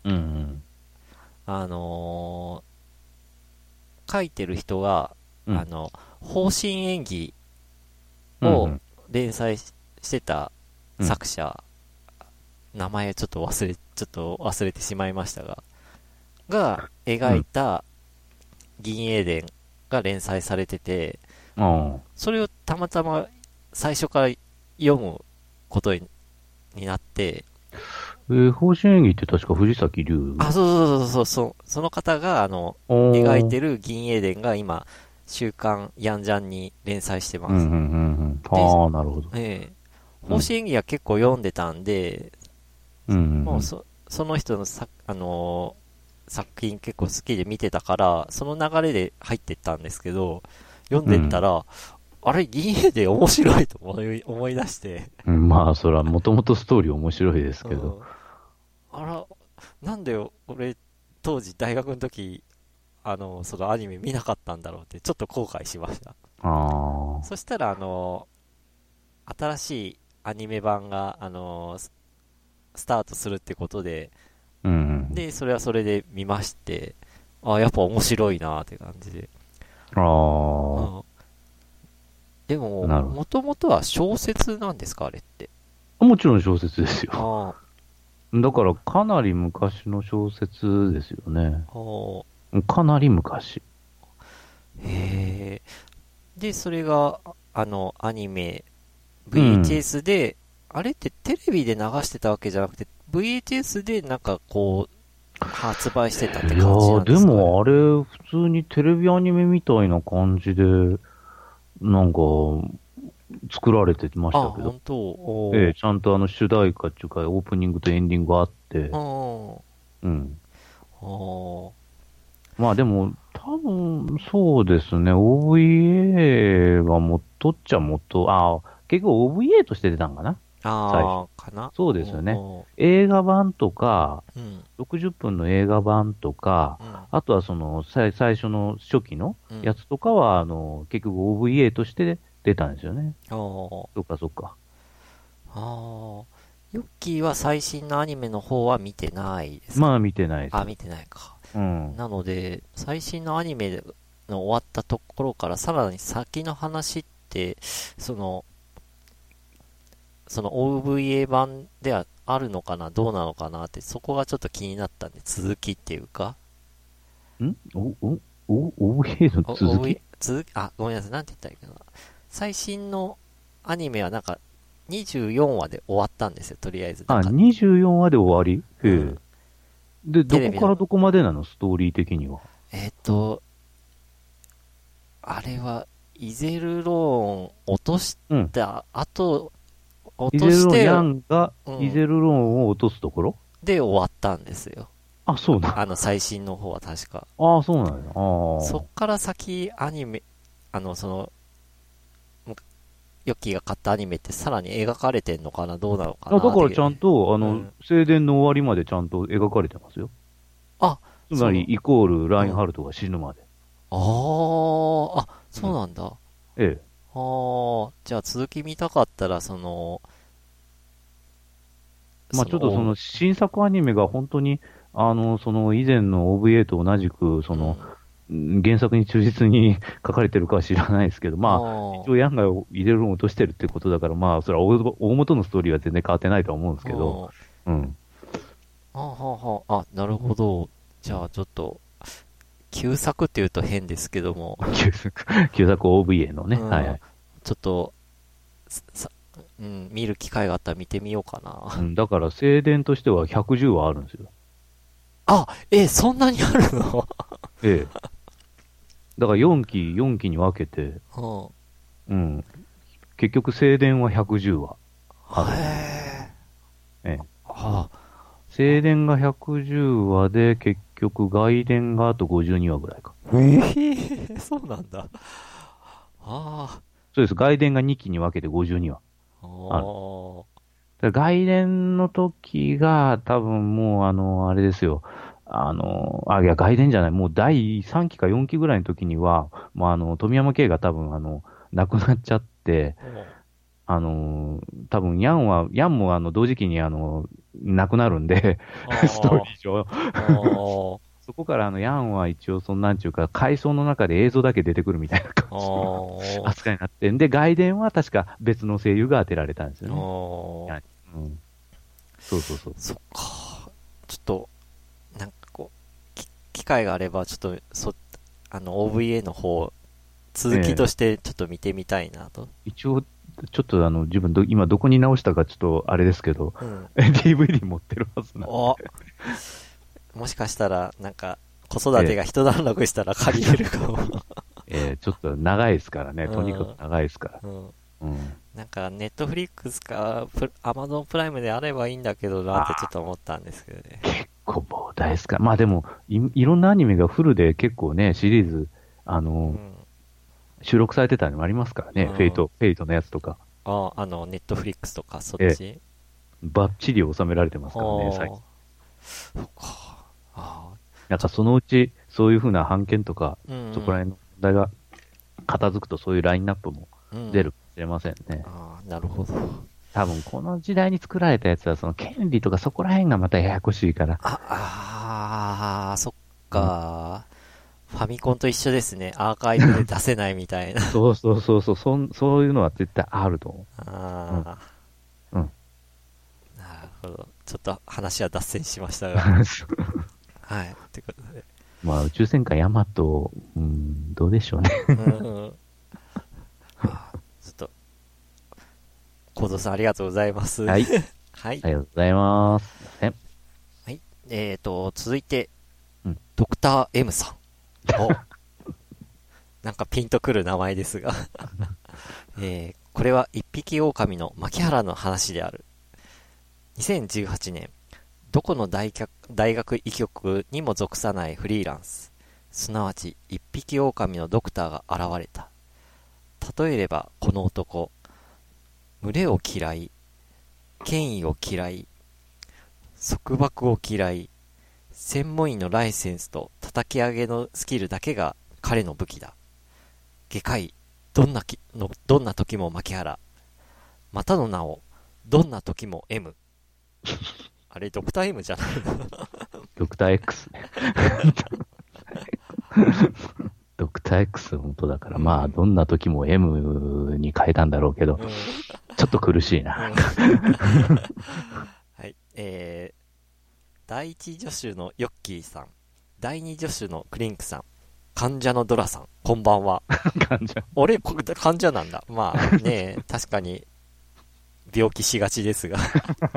A: 書いてる人が、方針演技を連載してた作者、名前ちょっと忘れてしまいましたが描いた銀英伝が連載されてて、それをたまたま最初から読むことになって、
B: 方針演技って確か藤崎龍。
A: その方が、描いてる銀英伝が今、週刊ヤンジャンに連載してます。
B: なるほど。
A: 方針演技は結構読んでたんで、もうその人の作品結構好きで見てたから、その流れで入ってったんですけど、読んでったら、あれ、銀英伝面白いと思い出して。
B: まあ、それはもともとストーリー面白いですけど。
A: なんでよ、俺、当時大学の時、 そのアニメ見なかったんだろうってちょっと後悔しました。そしたら新しいアニメ版がスタートするってことで、
B: うん。
A: でそれはそれで見まして、やっぱ面白いなーって感じで。
B: ああ。
A: でも、
B: なるほど。
A: もともとは小説なんですか、あれって。
B: もちろん小説ですよ。
A: あ
B: だからかなり昔の小説ですよね。
A: あ。
B: かなり昔。
A: へえ。で、それが、アニメ、
B: うん。
A: VHS で、あれってテレビで流してたわけじゃなくて、VHS でなんかこう、発売してたって
B: いや
A: 感じな
B: ー、で
A: んですかね。
B: もあれ、普通にテレビアニメみたいな感じで、なんか、作られてましたけど。
A: 本当。お
B: ちゃんと主題歌っていうか、オープニングとエンディングがあって、
A: ー。
B: うん。
A: あ
B: まあでも、多分、そうですね、OVA は元っちゃ元、結局 OVA として出たんかな最初。
A: かな。
B: そうですよね。
A: お
B: 映画版とか、
A: うん、
B: 60分の映画版とか、
A: うん、
B: あとはその、最初の初期の
A: うん。
B: やつとかは、結局 OVA として出たんですよね。
A: お
B: そっかそっか。
A: ヨッキーは最新のアニメの方は見てないですか？
B: まあ見てないです。
A: 見てないか。
B: うん。
A: なので、最新のアニメの終わったところからさらに先の話って、その、その OVA 版ではあるのかな、どうなのかなって、そこがちょっと気になったんで、続きっていうか、
B: んお、お、OVA の続き？
A: ごめんなさい、なんて言ったらいいかな。最新のアニメはなんか、24話で終わったんですよ、とりあえず。なんか、
B: 24話で終わり？へえ。
A: うん、
B: で、ど
A: テレビの、
B: こからどこまでなのストーリー的には。
A: えっと、あれは、イゼルローン落とし
B: うん。
A: た後、落
B: イゼルロン、
A: として、
B: ヤンがイ
A: うん、
B: ゼルロンを落とすところ？
A: で終わったんですよ。
B: あ、そうな。
A: 最新の方は確か。
B: そうなんや。
A: そっから先、アニメ、その、ヨッキーが買ったアニメってさらに描かれてんのかな、どうなのか
B: だ
A: な、
B: からちゃんと、
A: うん。
B: 正殿の終わりまでちゃんと描かれてますよ。
A: あ、
B: つまり、イコール、ラインハ
A: うん。
B: ルトが死ぬまで。う
A: そう
B: ん。
A: なんだ。
B: ええ。
A: じゃあ続き見たかったら、
B: まあちょっとそ
A: お
B: の新作アニメが本当に、その以前の OVA と同じく、その、
A: うん。
B: 原作に忠実に書かれてるかは知らないですけど、まあ、一応
A: あ
B: ヤンが入れるのを落としてるってことだから、まあ、それは大元のストーリーは全然変わってないとは思うんですけど、
A: あ、
B: うん。
A: なるほど。じゃあちょっと、旧作って言うと変ですけども、
B: 旧作 OVA のね、はいは
A: うん。
B: い。
A: ちょっと、さ、うん、見る機会があったら見てみようかな。
B: うん、だから、正伝としては110話あるんですよ。
A: そんなにあるの？
B: ええ。だから4期に分けて、
A: うん。
B: うん。結局、正伝は110話ある。
A: へえ。
B: ええ。
A: あ
B: 正伝が110話で、結局外伝があと52話ぐらいか。
A: そうなんだ。あ
B: そうです。外伝が2期に分けて52話
A: あ。
B: ある。外伝の時が多分もうあれですよ。いや、外伝じゃない。もう第3期か4期ぐらいの時には、もう富山圭が多分亡くなっちゃって、
A: お
B: 多分ヤンも同時期に亡くなるんで、ストーリ
A: あ
B: ー上。
A: あ。
B: そこからヤンは一応なんちゅうか、回想の中で映像だけ出てくるみたいな感
A: あ
B: じの
A: あ。
B: 扱いになってんで、外伝は確か別の声優が当てられたんですよね。
A: ああ。
B: うん。そうそうそう。
A: そっか。ちょっと、なんかこう、機会があれば、ちょっと、OVA の方、続きと
B: ええ
A: してちょっと見てみたいなと。
B: 一応、ちょっと自分今どこに直したかちょっとあれですけど、
A: うん。
B: DVD 持ってるはずなん
A: お、
B: で。
A: もしかしたら、なんか、子育て
B: え
A: が一段落したら借りれるかも。
B: ちょっと長いですからね。
A: う
B: とにかく
A: ん。
B: 長いですから。
A: うん。
B: うん。
A: なんか、ネットフリックスか、アマゾンプライムであればいいんだけどなってちょっと思ったんですけどね。
B: 結構膨大ですか。まあでもいろんなアニメがフルで結構ね、シリーズ、あの、
A: うん。
B: 収録されてたのもありますからね。
A: うん。
B: フェイトのやつとか。
A: ネットフリックスとか、そっ
B: ええ、
A: ち。
B: バッチリ収められてますからね、最近。
A: そっか。あ
B: なんか
A: ちょっ
B: そのうちそういうふうな判件とか、
A: うん
B: そこら辺の問題が片付くとそういうラインナップも出るかもしれませんね。
A: ああ、なるほど。
B: 多分この時代に作られたやつはその権利とかそこら辺がまたややこしいから。
A: そっか、ファミコンと一緒ですね。アーカイブで出せないみたいな。
B: そうそういうのは絶対あると思う。
A: ああ、
B: うん。
A: なるほど。ちょっと話は脱線しましたが。はい。ということで。
B: まあ宇宙戦艦ヤマト、どうでしょうね。
A: ちょっと、コードさんありがとうございます。
B: はい。
A: はい。
B: ありがとうございます。
A: はい。続いて、
B: ド
A: クター M さん。なんかピンとくる名前ですが、これは一匹狼の牧原の話である。2018年、どこの大学医局にも属さないフリーランス、すなわち一匹狼のドクターが現れた。例えればこの男、群れを嫌い、権威を嫌い、束縛を嫌い、専門医のライセンスと叩き上げのスキルだけが彼の武器だ。外科医、どんな時も牧原。またの名を、どんな時も M。あれ、ドクター M じゃないの？
B: ドクター X ね。ドクター X 本当だから、まあ、どんな時も M に変えたんだろうけど、ちょっと苦しいな。はい。
A: 第一助手のヨッキーさん、第二助手のクリンクさん、患者のドラさん、こんばんは。
B: 患者。
A: 俺、患者なんだ。まあね、確かに、病気しがちですが。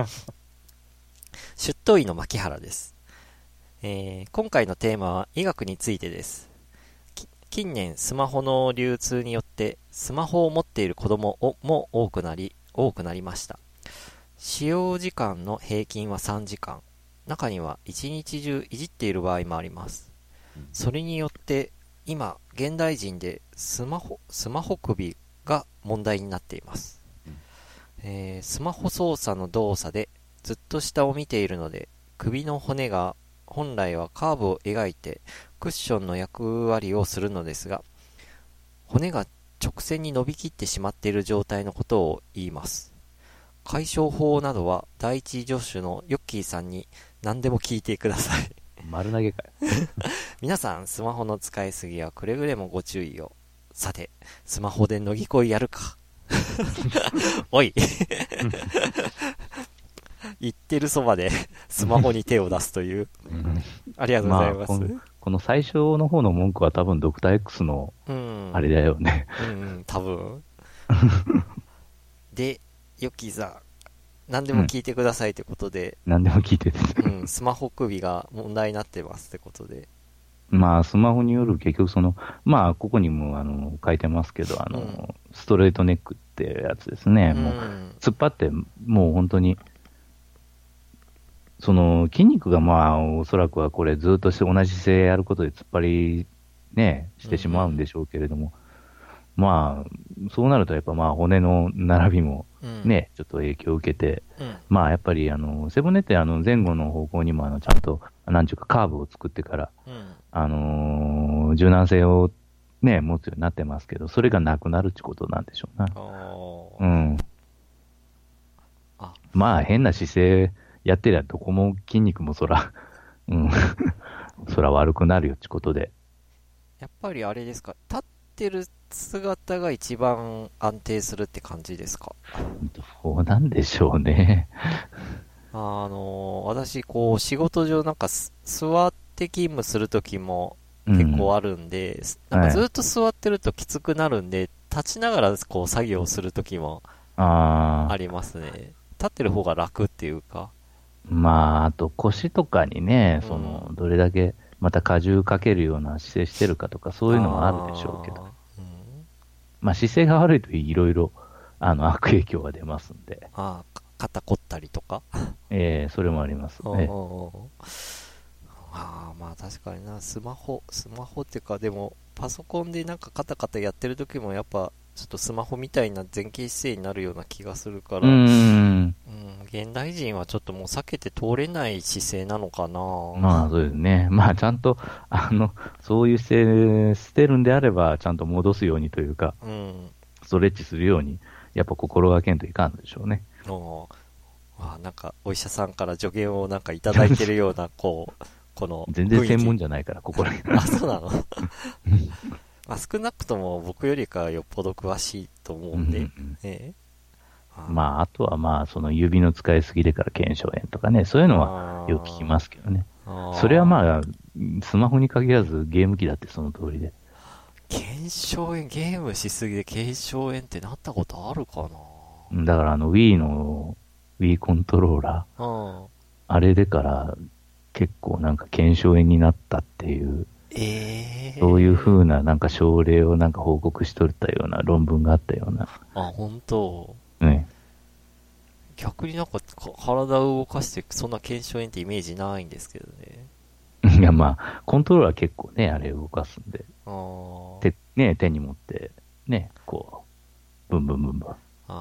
A: 出頭医の牧原です。今回のテーマは医学についてです。近年スマホの流通によってスマホを持っている子供も多くなりました。使用時間の平均は3時間。中には一日中いじっている場合もあります。それによって今現代人でスマホ首が問題になっています。スマホ操作の動作でずっと下を見ているので首の骨が本来はカーブを描いてクッションの役割をするのですが、骨が直線に伸びきってしまっている状態のことを言います。解消法などは第一助手のヨッキーさんに何でも聞いてください。
B: 丸投げかよ。
A: 皆さんスマホの使いすぎはくれぐれもご注意を。さて、スマホで乃木恋やるか。おい。言ってるそばでスマホに手を出すという。ありがとうございます。
B: この最初の方の文句は多分ドクター X のあれだよね。
A: 多分。で、ヨッキーさん、何でも聞いてくださいってことで。
B: 何でも聞いてて。
A: スマホ首が問題になってますってことで。
B: まあ、スマホによる結局まあ、ここにも書いてますけど、ストレートネックってやつですね。もう、突っ張って、もう本当に、筋肉がまあ、おそらくはこれずっとして同じ姿勢やることで突っ張り、ね、してしまうんでしょうけれども、まあ、そうなるとやっぱまあ、骨の並びもね、ちょっと影響を受けて、まあ、やっぱり背骨って前後の方向にもちゃんと、なんちゅうかカーブを作ってから、柔軟性をね、持つようになってますけど、それがなくなるってことなんでしょうな。まあ、変な姿勢やってりゃどこも筋肉もそら悪くなるよってことで。
A: やっぱりあれですか、立ってる姿が一番安定するって感じですか？
B: どうなんでしょうね。
A: 私、仕事上なんか座って勤務するときも結構あるんで、なんかずっと座ってるときつくなるんで、立ちながら作業するときもありますね。立ってる方が楽っていうか。
B: まあ、あと腰とかにね、どれだけまた荷重かけるような姿勢してるかとか、そういうのもあるでしょうけど。まあ、姿勢が悪いといろいろ、悪影響が出ますんで。
A: 肩凝ったりとか
B: それもありますね。
A: まあ確かにな、スマホっていうか、でも、パソコンでなんかカタカタやってる時もやっぱ、ちょっとスマホみたいな前傾姿勢になるような気がするから、 現代人はちょっともう避けて通れない姿勢なのかな。
B: まあそうですね。まあちゃんと、そういう姿勢捨てるんであれば、ちゃんと戻すようにというか、
A: うん。
B: ストレッチするように、やっぱ心がけんといかんでしょうね。
A: なんか、お医者さんから助言をなんかいただいてるような、この
B: 全然専門じゃないから、心が。
A: あ、そうなのまあ少なくとも僕よりかはよっぽど詳しいと思うんで。
B: まあ、あとはまあ、その指の使いすぎでから腱鞘炎とかね、そういうのはよく聞きますけどね。それはまあ、スマホに限らずゲーム機だってその通りで。
A: 腱鞘炎、ゲームしすぎで腱鞘炎ってなったことあるかな。
B: だからWii コントローラー、あれでから結構なんか腱鞘炎になったっていう、そういう風ななんか症例をなんか報告しとったような論文があったような。
A: あ、本当。
B: ね。
A: 逆になんか体を動かしてそんな腱鞘炎ってイメージないんですけどね。
B: いやまあ、コントローラー結構ね、あれ動かすんで。手に持って、ね、こう、ブンブンブンブン。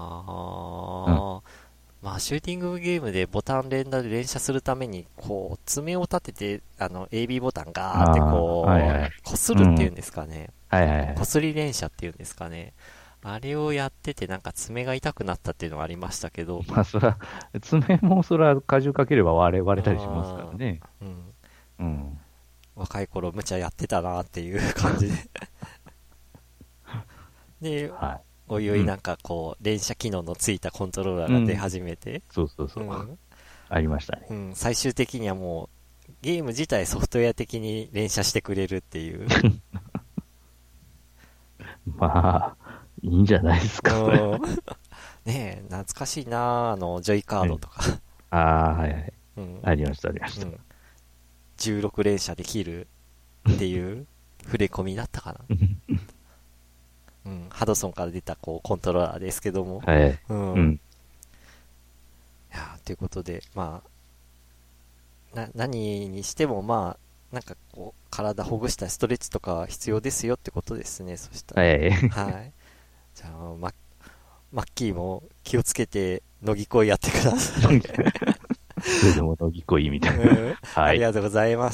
A: まあ、シューティングゲームでボタン連打で連射するために、こう、爪を立てて、AB ボタンガーってこう、こするっていうんですかね。こすり連射っていうんですかね。あれをやっててなんか爪が痛くなったっていうのはありましたけど。
B: まあそら、爪もそら荷重かければ割れたりしますからね。
A: 若い頃無茶やってたなっていう感じで。で、おいおいなんかこう、連射機能のついたコントローラーが出始めて。
B: そう。ありましたね。
A: 最終的にはもう、ゲーム自体ソフトウェア的に連射してくれるっていう。
B: まあ、いいんじゃないですか。
A: ねえ、懐かしいなジョイカードとか。
B: はい。ありました。
A: 16連射できるっていう触れ込みだったかな。ハドソンから出たこうコントローラーですけども。いやということで、まあ、何にしてもまあ、なんかこう、体ほぐしたストレッチとか必要ですよってことですね、そしたら。はい。じゃあ、マッキーも気をつけて、乃木恋やってください。
B: それでも乃木恋みたいな。
A: ありがとうございます。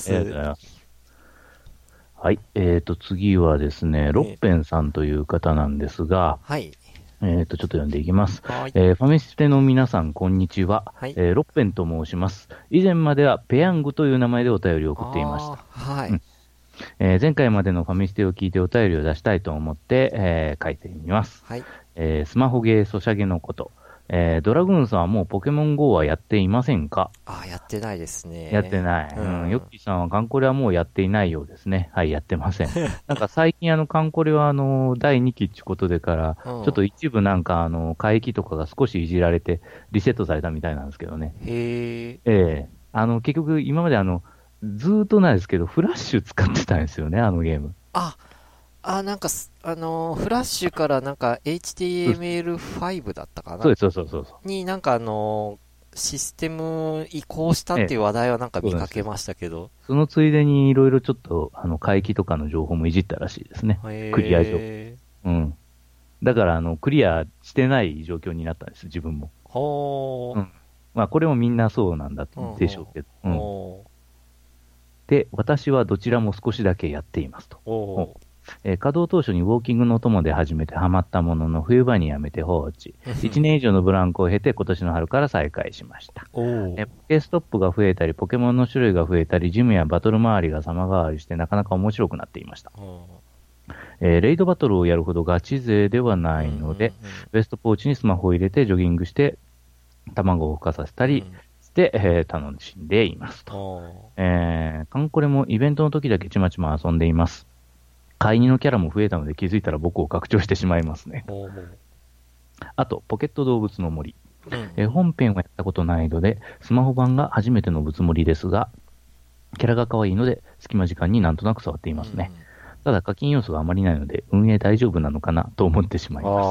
B: はい。次はですね、ロッペンさんという方なんですが、ちょっと読んでいきます。ファミステの皆さん、こんにちは。ロッペンと申します。以前まではペヤングという名前でお便りを送っていました。前回までのファミステを聞いてお便りを出したいと思って、書いてみます。スマホゲーソシャゲのこと。ドラグーンさんはもうポケモン GO はやっていませんか？
A: やってないですね。
B: やってない。ヨッキーさんはカンコレはもうやっていないようですね。はい、やってません。なんか最近カンコレは第2期ってことでから、ちょっと一部なんか海域とかが少しいじられてリセットされたみたいなんですけどね。結局今までずーっとないですけど、フラッシュ使ってたんですよね、ゲーム。
A: なんか、フラッシュからなんか HTML5 だったかな。
B: そう。
A: になんかシステム移行したっていう話題はなんか見かけましたけど。
B: そのついでにいろいろちょっと、回帰とかの情報もいじったらしいですね。クリア情報。だから、クリアしてない状況になったんです、自分も。まあ、これもみんなそうなんだでしょうけど。で、私はどちらも少しだけやっていますと。稼働当初にウォーキングのお供で始めてハマったものの冬場にやめて放置。1年以上のブランクを経て今年の春から再開しました。ポケストップが増えたり、ポケモンの種類が増えたり、ジムやバトル周りが様変わりしてなかなか面白くなっていました。レイドバトルをやるほどガチ勢ではないので、ウエストポーチにスマホを入れてジョギングして卵を孵化させたりして、楽しんでいますと。カンコレもイベントの時だけちまちま遊んでいます。飼い犬のキャラも増えたので気づいたら僕を拡張してしまいますね。あと、ポケット動物の森。本編はやったことないので、スマホ版が初めての物盛りですが、キャラが可愛いので、隙間時間になんとなく触っていますね。ただ課金要素があまりないので、運営大丈夫なのかなと思ってしまいます。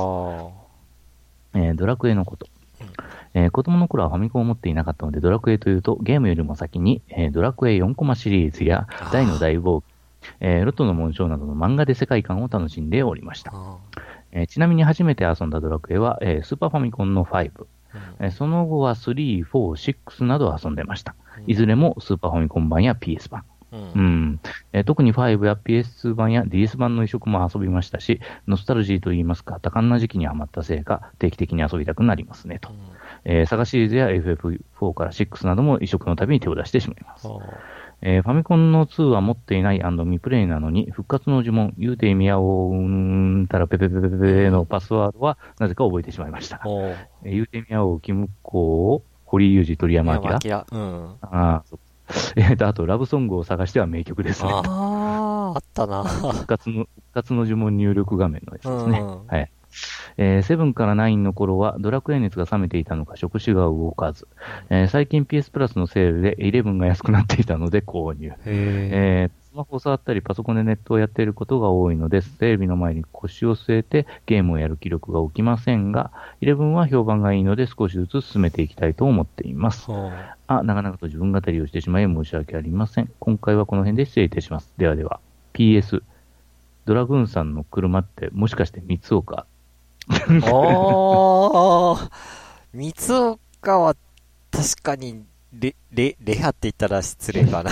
B: ドラクエのこと。子供の頃はファミコンを持っていなかったので、ドラクエというと、ゲームよりも先に、ドラクエ4コマシリーズや、大の大冒険、ロトの紋章などの漫画で世界観を楽しんでおりました。ちなみに初めて遊んだドラクエは、スーパーファミコンの5。 その後は3、4、6など遊んでました。いずれもスーパーファミコン版や PS 版。特に5や PS2 版や DS 版の移植も遊びましたし、ノスタルジーといいますか、多感な時期にハマったせいか、定期的に遊びたくなりますねと。サガシリーズや FF4 から6なども移植のたびに手を出してしまいます。ファミコンの2は持っていない&未プレイなのに、復活の呪文、言うてみやおたらペペペペペペのパスワードはなぜか覚えてしまいました。言うてみやおキムコ、堀井雄二、鳥山明。あと、ラブソングを探しては名曲ですね。
A: あったな。
B: 復活の呪文入力画面のやつですね。はい。7から9の頃はドラクエ熱が冷めていたのか触手が動かず、最近 PS プラスのセールで11が安くなっていたので購入。スマホを触ったりパソコンでネットをやっていることが多いので、テレビの前に腰を据えてゲームをやる気力が起きませんが、11は評判がいいので少しずつ進めていきたいと思っています。なかなかと自分語りをしてしまい申し訳ありません。今回はこの辺で失礼いたします。ではでは、PS、ドラグーンさんの車ってもしかして三岡？
A: 三岡は確かにレアって言ったら失礼かな。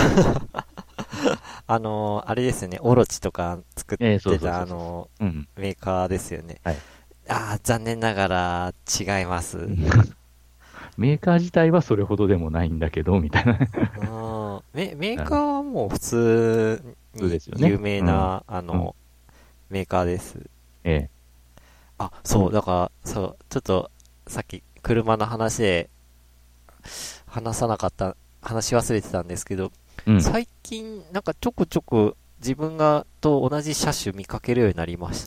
A: あれですよね、オロチとか作ってたメーカーですよね。
B: はい、
A: 残念ながら違います。
B: メーカー自体はそれほどでもないんだけど、みたいな。
A: メーカーはもう普通に有名な、メーカーです。そう、だから、そう、ちょっと、さっき、車の話で、話し忘れてたんですけど、最近、なんかちょくちょく、自分と同じ車種見かけるようになりました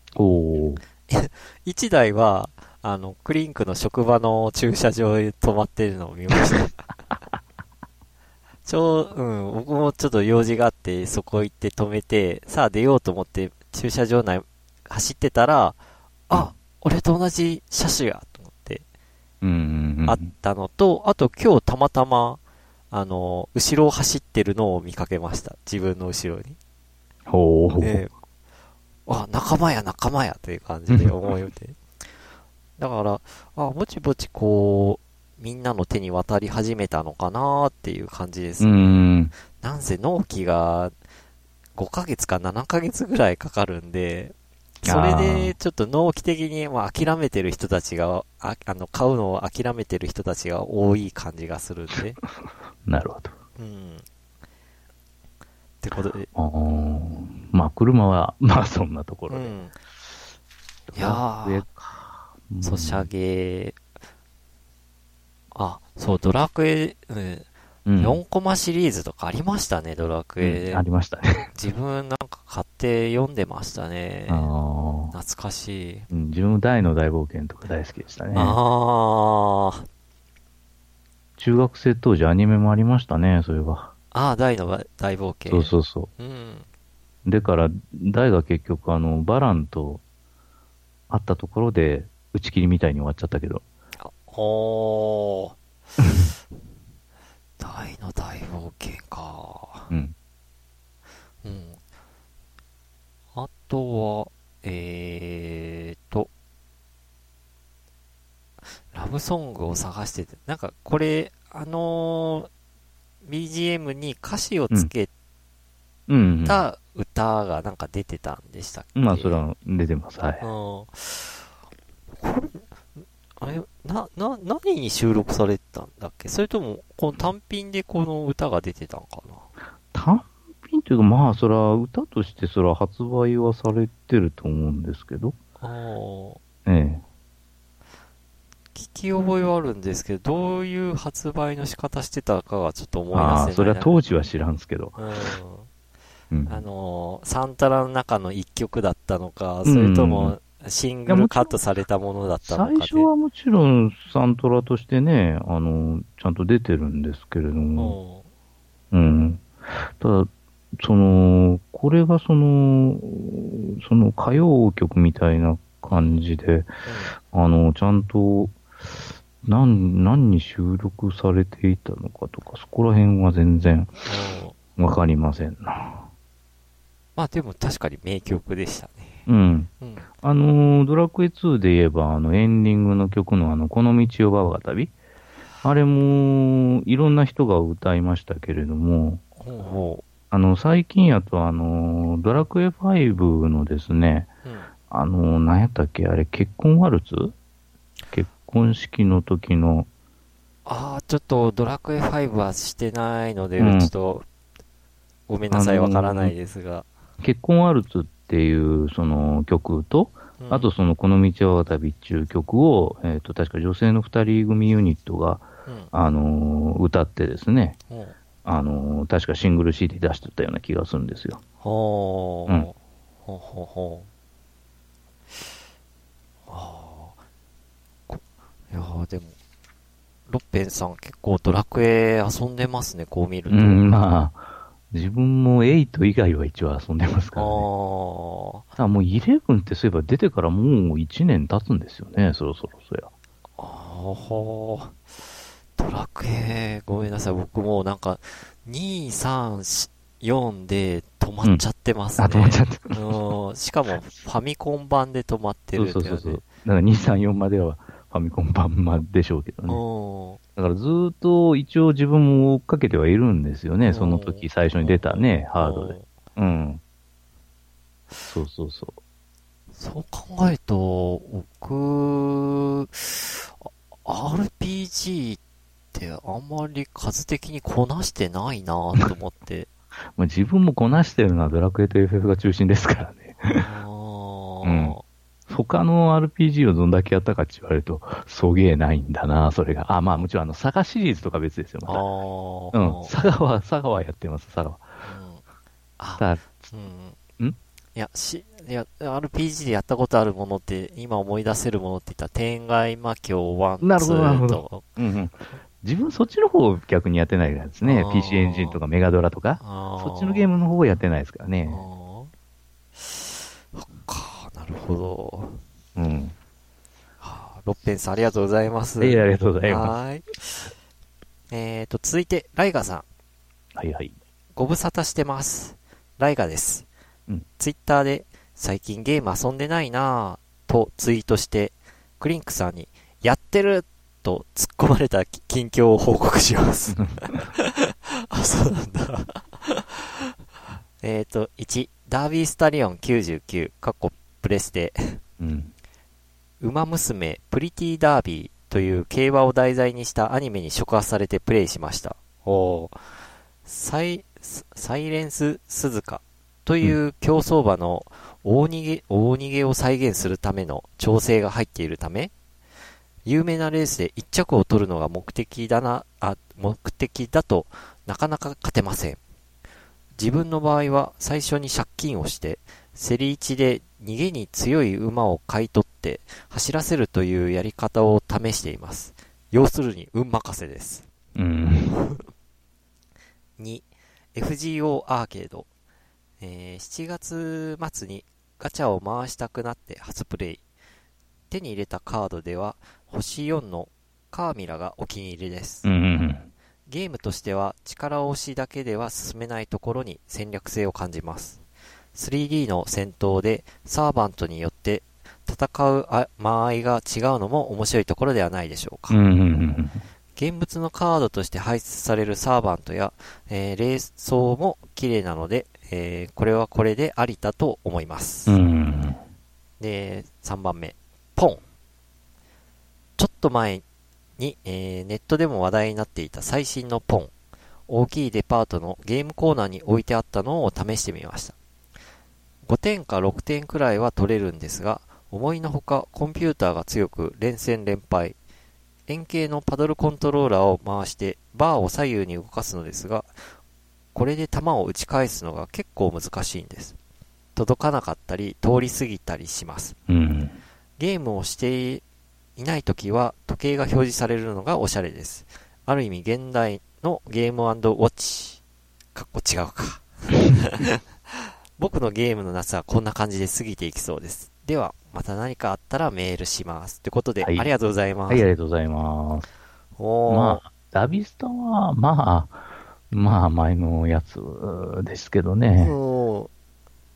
A: 。1台は、クリンクの職場の駐車場に止まってるのを見ました。僕もちょっと用事があって、そこ行って止めて、さあ出ようと思って、駐車場内走ってたら、俺と同じ車種やと思って、あったのと、あと今日たまたま、後ろを走ってるのを見かけました。自分の後ろに。仲間やという感じで思いて。だから、ぼちぼちみんなの手に渡り始めたのかなっていう感じですね。なんせ納期が5ヶ月か7ヶ月ぐらいかかるんで、それでちょっと納期的に諦めてる人たちが、買うのを諦めてる人たちが多い感じがするんで。
B: なるほど。
A: ってことで。
B: 車は、そんなところで。
A: いやー、ソシャゲ、そう、ドラクエ、4コマシリーズとかありましたね、ドラクエ。
B: ありましたね。
A: 自分なんか買って読んでましたね。懐かしい。
B: 自分も大の大冒険とか大好きでしたね。中学生当時アニメもありましたね、そういえば。
A: 大の大冒険。
B: そう。でから、大が結局バランと会ったところで打ち切りみたいに終わっちゃったけど。
A: 大の大冒険か。あとは、ラブソングを探してて、なんかこれ、BGM に歌詞をつけた歌がなんか出てたんでしたっけ？
B: それは出てます。はい。
A: 何に収録されてたんだっけ？それとも、この単品でこの歌が出てたんかな？
B: 単品というか、それは歌としてそれは発売はされてると思うんですけど。
A: 聞き覚えはあるんですけど、どういう発売の仕方してたかがちょっと思い出せない。
B: それは当時は知らんすけど。
A: サンタラの中の一曲だったのか、それとも、シングルカットされたものだったのか。
B: 最初はもちろんサントラとしてね、ちゃんと出てるんですけれども。ただ、これがその歌謡曲みたいな感じで、ちゃんと、何に収録されていたのかとか、そこら辺は全然わかりませんな。
A: まあでも確かに名曲でしたね。
B: うん。
A: うん。
B: ドラクエ2で言えば、エンディングの曲のこの道を我が旅。あれも、いろんな人が歌いましたけれども、
A: ほうほ
B: 最近やと、ドラクエ5のですね、
A: う。うん。
B: 何やったっけあれ、結婚ワルツ結婚式の時の、
A: ああ、ちょっとドラクエ5はしてないので、
B: うん
A: ちょっとごめんなさい、わからないですが。
B: 結婚ワルツっていうその曲と、
A: うん。
B: あとそのこの道は旅っていう曲を、確か女性の二人組ユニットが、
A: うん。
B: 歌ってですね、
A: ほう。
B: 確かシングル CD 出してたような気がするんですよ。
A: ほう。
B: うん。
A: ほうほうほう。ああ。いやーでも、ロッペンさん結構ドラクエ遊んでますね、こう見ると。
B: うん、まあ、自分も8以外は一応遊んでますからね。
A: あ
B: もう11ってそういえば出てからもう1年経つんですよね、そろそろそや。
A: あ。ああ。ドラクエ、ごめんなさい。僕もうなんか、2、3、4で止まっちゃってますね。
B: 止まっちゃった。
A: うん。しかも、ファミコン版で止まってるんだよね。
B: そう。だから2、3、4まではファミコン版でしょうけどね。
A: うん。
B: だからずーっと一応自分も追っかけてはいるんですよね。その時最初に出たね、ハードで。うん。そう。
A: そう考えると、僕、RPG ってあんまり数的にこなしてないなと思って。
B: まあ、自分もこなしてるのはドラクエと FF が中心ですからね。うん。他の RPG をどんだけやったかって言われると、そげえないんだな、それが。まあもちろんサガシリーズとか別ですよ、また。うん。サガはやってます、サガは。
A: うん。あ、
B: さあ、
A: うん。
B: ん
A: いや、RPG でやったことあるものって、今思い出せるものって言ったら、天外魔境1、
B: なるほど、なるほ
A: 2
B: ど。
A: と。
B: 自分そっちの方逆にやってないからですね。PC エンジンとかメガドラとか。そっちのゲームの方はやってないですからね。
A: そっか、なるほど。
B: うん。
A: ロッペンさんありがとうございます。
B: ありがとうございます。
A: はい。続いて、ライガさん。
B: はいはい。
A: ご無沙汰してます。ライガです。ツイッターで、最近ゲーム遊んでないなぁ、とツイートして、クリンクさんに、やってると突っ込まれた近況を報告します。あ、そうなんだ。1、ダービースタリオン99、プレステ。ウマ娘プリティダービーという競馬を題材にしたアニメに触発されてプレイしました。サイレンス鈴鹿という競走馬の大逃げを再現するための調整が入っているため、有名なレースで1着を取るのが目的だとなかなか勝てません。自分の場合は最初に借金をして、競り1で逃げに強い馬を買い取って走らせるというやり方を試しています。要するに運任せです。2、FGO アーケード。7月末にガチャを回したくなって初プレイ。手に入れたカードでは星4のカーミラがお気に入りです。ゲームとしては力押しだけでは進めないところに戦略性を感じます。3D の戦闘でサーバントによって戦う間合いが違うのも面白いところではないでしょうか。現物のカードとして排出されるサーバントや、レーソーも綺麗なので、これはこれでありだと思います。で、3番目。ポン。ちょっと前に、ネットでも話題になっていた最新のポン。大きいデパートのゲームコーナーに置いてあったのを試してみました。5点か6点くらいは取れるんですが、思いのほかコンピューターが強く連戦連敗。円形のパドルコントローラーを回してバーを左右に動かすのですが、これで球を打ち返すのが結構難しいんです。届かなかったり通り過ぎたりします。ゲームをしていないときは時計が表示されるのがおしゃれです。ある意味現代のゲーム&ウォッチ。違うか。僕のゲームの夏はこんな感じで過ぎていきそうです。では、また何かあったらメールします。ということで、ありがとうございます。
B: はい、ありがとうございます。ダビスタは、前のやつですけどね。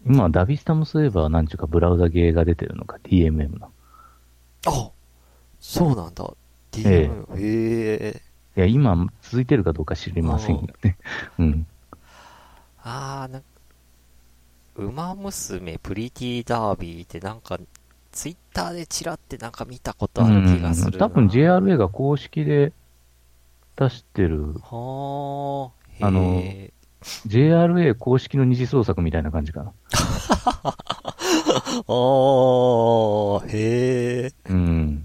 B: 今、ダビスタもそういえば、なんちゅうか、ブラウザゲーが出てるのか、DMM の。
A: あ、そうなんだ。
B: え
A: DM、へえ。
B: いや、今、続いてるかどうか知りませんよね。うん。
A: あー、ウマ娘プリティダービーってなんか、ツイッターでチラってなんか見たことある気がするな。
B: 多分 JRA が公式で出してる、
A: は
B: あの、
A: ー、へえ。
B: JRA 公式の二次創作みたいな感じかな。
A: あー、へえ。
B: うん。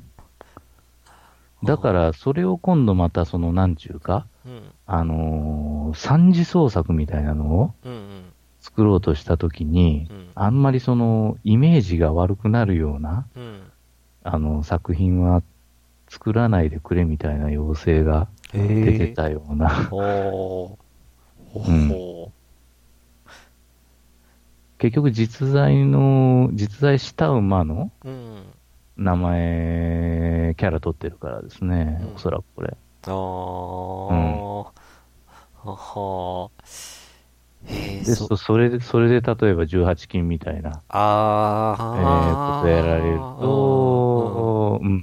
B: だから、それを今度また、なんちゅうか、
A: うん。
B: 三次創作みたいなのを
A: うんうん。
B: 作ろうとしたときに、
A: うん。
B: あんまりイメージが悪くなるような、
A: うん。
B: 作品は作らないでくれみたいな要請が出てたような。
A: おー。
B: うん。
A: ほ
B: 結局実在した馬の
A: う。うん。
B: 名前、キャラ取ってるからですね、
A: うん。
B: おそらくこれ。
A: あ
B: うん。
A: ー。はは。へえ、
B: で、それで例えば18金みたいな、ことやられると、うん、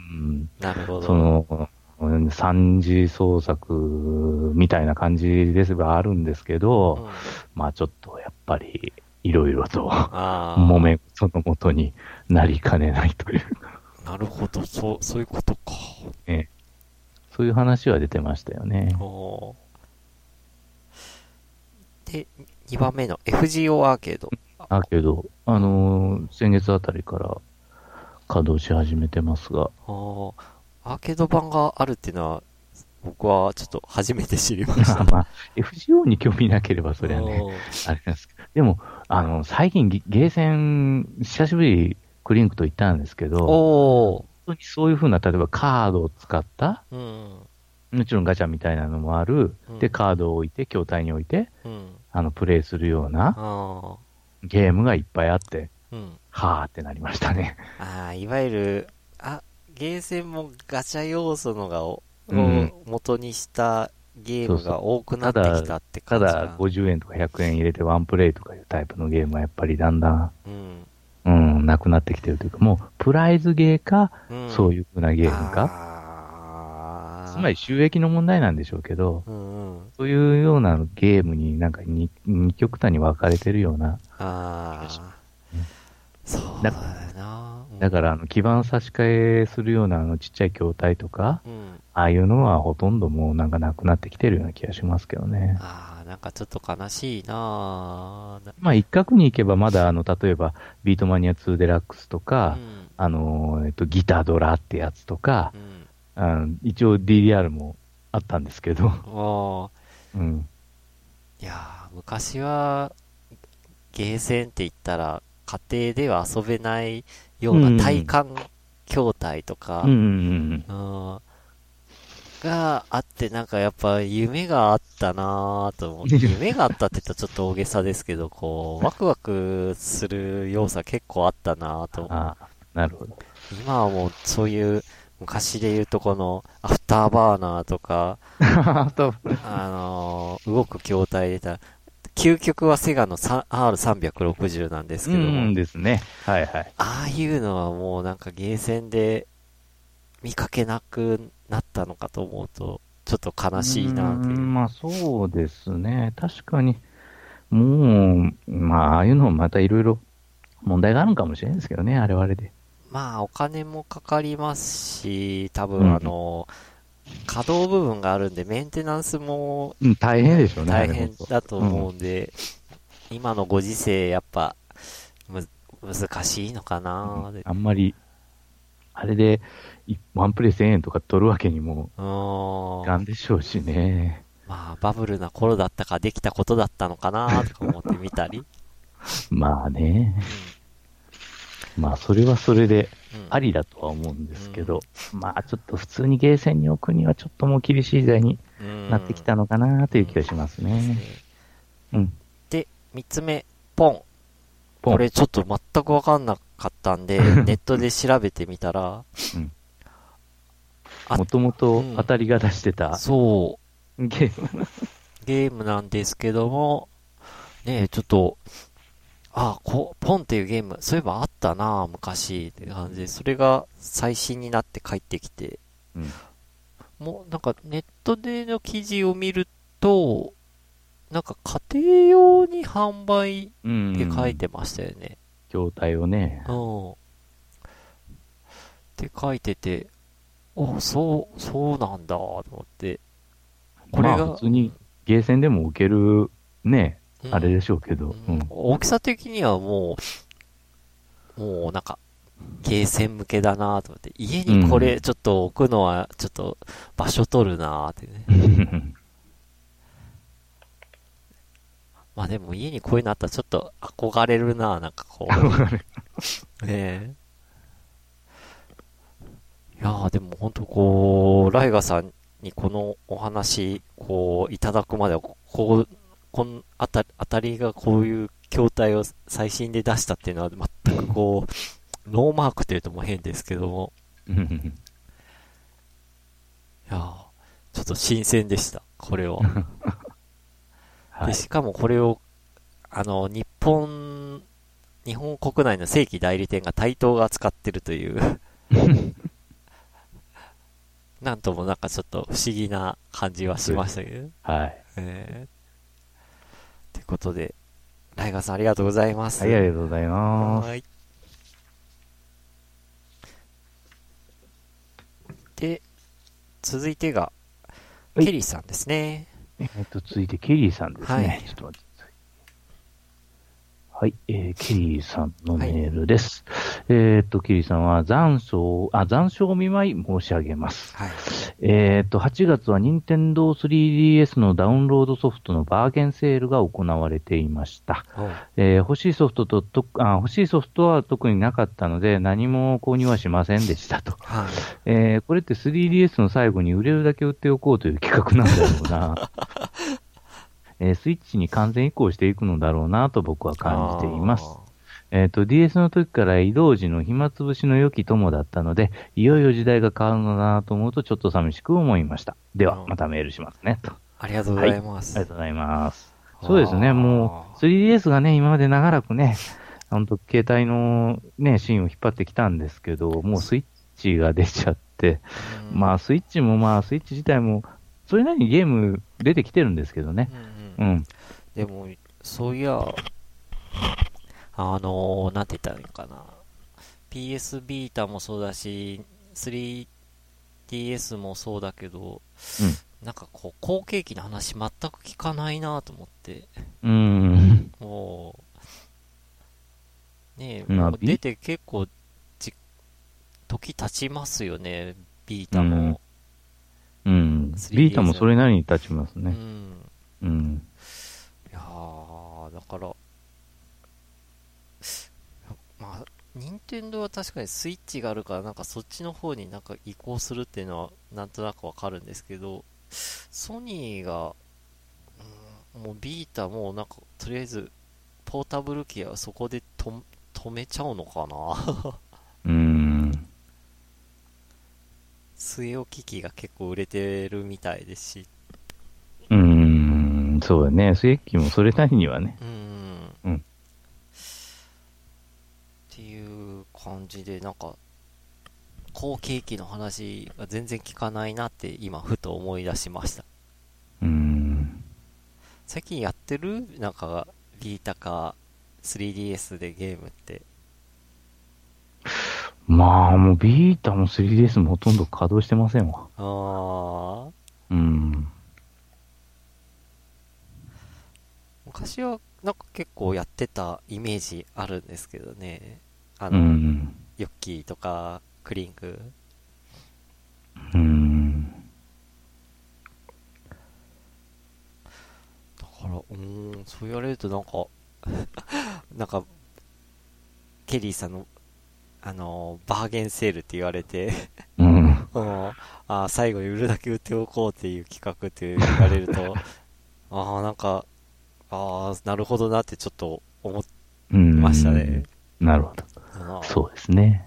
A: なるほ
B: そ
A: ど。
B: の、三次創作みたいな感じですがあるんですけど、
A: うん。
B: まあちょっとやっぱり、いろいろと、揉
A: あ
B: め事のもとになりかねないというか、
A: あ、なるほど。そういうことか。
B: ね、そういう話は出てましたよね。
A: おー。で、2番目の FGO アーケード。
B: だけど、先月あたりから稼働し始めてますが。
A: アーケード版があるっていうのは、僕はちょっと初めて知りました。
B: まあ、FGO に興味なければそりゃね、あれなんですけど。でも、最近ゲーセン、久しぶりクリンクと行ったんですけど、
A: おー。
B: 本当にそういう風な、例えばカードを使った、
A: うん。
B: もちろんガチャみたいなのもある。
A: うん、
B: で、カードを置いて、筐体に置いて、
A: うん。
B: プレイするようなゲームがいっぱいあって、
A: うん。
B: はーってなりましたね。
A: いわゆる、ゲーセンもガチャ要素のを
B: うん。
A: 元にしたゲームが多くな
B: ただ、
A: ってきたって感じが。
B: 50円とか100円入れてワンプレイとかいうタイプのゲームはやっぱりだんだん、
A: うん。
B: うん、なくなってきてるというか、もう、プライズゲーか、
A: うん。
B: そういう風なゲームか。つまり収益の問題なんでしょうけど、
A: うんうん。
B: そういうようなゲームになんか二極端に分かれてるような。
A: そうだよな。
B: だから、基盤差し替えするようなちっちゃい筐体とか、
A: うん。
B: ああいうのはほとんどもうなんかなくなってきてるような気がしますけどね。
A: なんかちょっと悲しいな。
B: まあ一角に行けばまだ例えばビートマニア2デラックスとか、
A: うん。
B: ギタードラってやつとか、一応 DDR もあったんですけど、うん。
A: いやー、昔は、ゲーセンって言ったら、家庭では遊べないような体感筐体とか、があって、なんかやっぱ夢があったなぁと思って、夢があったって言ったらちょっと大げさですけど、こう、ワクワクする要素は結構あったなぁと思う。
B: なるほど。
A: 今はもうそういう、昔で言うとこの、アフターバーナーとか、動く筐体でた、究極はセガの R360 なんですけども。
B: ですね。はいはい。
A: ああいうのはもうなんかゲーセンで見かけなくなったのかと思うと、ちょっと悲しいなという。
B: まあそうですね。確かに、もう、まあああいうのもまたいろいろ問題があるのかもしれないですけどね、あれはあれで。
A: まあお金もかかりますし、多分稼働部分があるんでメンテナンスも
B: 大変でしょうね。
A: 大変だと思うんで、今のご時世やっぱ難しいのかな、
B: あんまり、あれでワンプレイ1000円とか取るわけにもいかんでしょうしね。
A: まあバブルな頃だったかできたことだったのかなとか思ってみたり。
B: まあね。まあそれはそれでありだとは思うんですけど、まあちょっと普通にゲーセンに置くにはちょっともう厳しい時代になってきたのかなという気がしますね。
A: で、3つ目、ポン。これちょっと全くわかんなかったんで、ネットで調べてみたら、
B: もともと当たりが出してた、
A: そう、
B: ゲ
A: ームなんですけども、ねえ、ちょっと、 ポンっていうゲーム、そういえばあったな昔って感じで、それが最新になって帰ってきて、
B: うん。
A: もうなんかネットでの記事を見ると、なんか家庭用に販売って書いてましたよね。
B: 筐体をね。
A: うん。って書いてて、そうなんだ、と思って。これが、
B: 普通にゲーセンでも受けるね、
A: うん、
B: あれでしょうけど、
A: 大きさ的にはもうなんか、ゲーセン向けだなと思って、家にこれちょっと置くのはちょっと場所取るなってね。まあでも家にこういうのあったらちょっと憧れるな、なんかこう。ねえ。いやーでも本当こう、ライガさんにこのお話、こう、いただくまでは、あたりがこういう筐体を最新で出したっていうのは全くこう、ノーマークって言うとも変ですけども。いやーちょっと新鮮でした、これは。で、しかもこれを、日本国内の正規代理店が対等が扱ってるというなんともなんかちょっと不思議な感じはしましたけど。
B: はい。
A: ということで、ライガーさんありがとうございます。
B: はい、ありがとうございます。
A: はい。で、続いてが、ケリーさんですね。
B: 続いてケリーさんですね。はい、ちょっと待って。はい、ケリーさんのメールです。はい、ケリーさんは残暑お見舞い申し上げます。はい、8月は任天堂 3DS のダウンロードソフトのバーゲンセールが行われていました。欲しいソフトは特になかったので何も購入はしませんでしたと。はい、これって 3DS の最後に売れるだけ売っておこうという企画なんだろうな。スイッチに完全移行していくのだろうなと僕は感じています。DS の時から移動時の暇つぶしの良き友だったので、いよいよ時代が変わるのだなと思うとちょっと寂しく思いました。では、またメールしますね。と。
A: ありがとうございます。
B: はい、ありがとうございます。そうですね、もう 3DS がね、今まで長らくね、本当携帯のね、シーンを引っ張ってきたんですけど、もうスイッチが出ちゃって、スイッチ自体も、それなりにゲーム出てきてるんですけどね。
A: でも、そういや、なんて言ったらいいのかな。PS ビータもそうだし、3DS もそうだけど、なんかこう、後継機の話全く聞かないなと思って。もう、ねえ、もう出て結構、時経ちますよね、ビータも。
B: ビータもそれなりに経ちますね。
A: いやー、だから、任天堂は確かにスイッチがあるから、なんかそっちの方になんか移行するっていうのはなんとなくわかるんですけど、ソニーが、もうビータもうなんかとりあえずポータブル機はそこで止めちゃうのかな据え置き機が結構売れてるみたいですし。
B: そうだね。据え置きもそれなりにはね。
A: っていう感じで、なんか、後継機の話が全然聞かないなって今ふと思い出しました。最近やってるなんか、ビータか 3DS でゲームって。
B: もうビータも 3DS もほとんど稼働してませんわ。
A: 昔はなんか結構やってたイメージあるんですけどね。ヨッキーとかクリンク。だからそう言われるとなんかなんかケリーさんのバーゲンセールって言われて最後に売るだけ売っておこうっていう企画って言われるとなんかなるほどなってちょっと思いましたね。
B: なるほど。そうですね。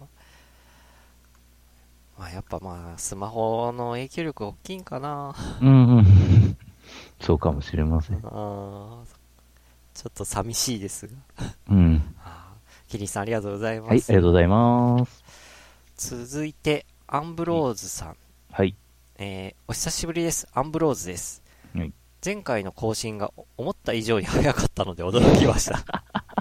A: やっぱスマホの影響力大きいんかな。
B: そうかもしれません。
A: ちょちょっと寂しいですが。
B: うん。
A: キリンさんありがとうございます。
B: はい、ありがとうございます。
A: 続いて、アンブローズさん。
B: はい。
A: お久しぶりです。アンブローズです。
B: はい。
A: 前回の更新が思った以上に早かったので驚きました。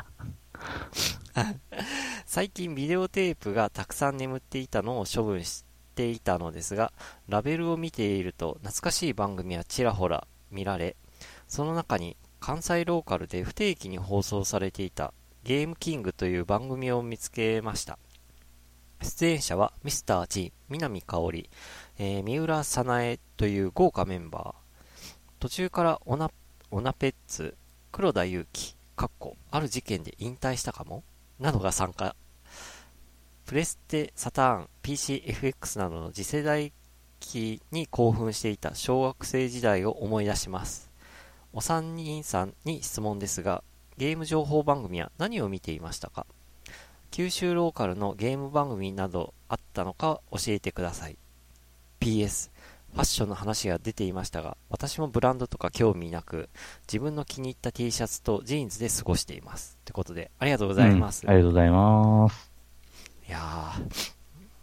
A: 最近ビデオテープがたくさん眠っていたのを処分していたのですが、ラベルを見ていると懐かしい番組はちらほら見られ、その中に関西ローカルで不定期に放送されていたゲームキングという番組を見つけました。出演者はミスター G、南香織、三浦早苗という豪華メンバー。途中からオナペッツ、黒田祐希、ある事件で引退したかもなどが参加。プレステ、サターン、PCFX などの次世代機に興奮していた小学生時代を思い出します。お三人さんに質問ですが、ゲーム情報番組は何を見ていましたか？九州ローカルのゲーム番組などあったのか教えてください。PS、ファッションの話が出ていましたが、私もブランドとか興味なく、自分の気に入った T シャツとジーンズで過ごしています。ということで、ありがとうございます。
B: ありがとうございます。
A: いやー、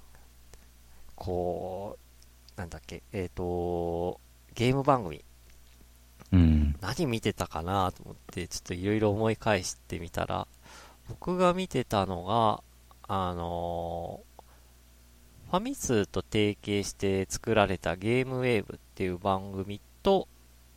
A: こう、なんだっけ、ゲーム番組。何見てたかなと思って、ちょっといろいろ思い返してみたら、僕が見てたのが、ファミ通と提携して作られたゲームウェーブっていう番組と、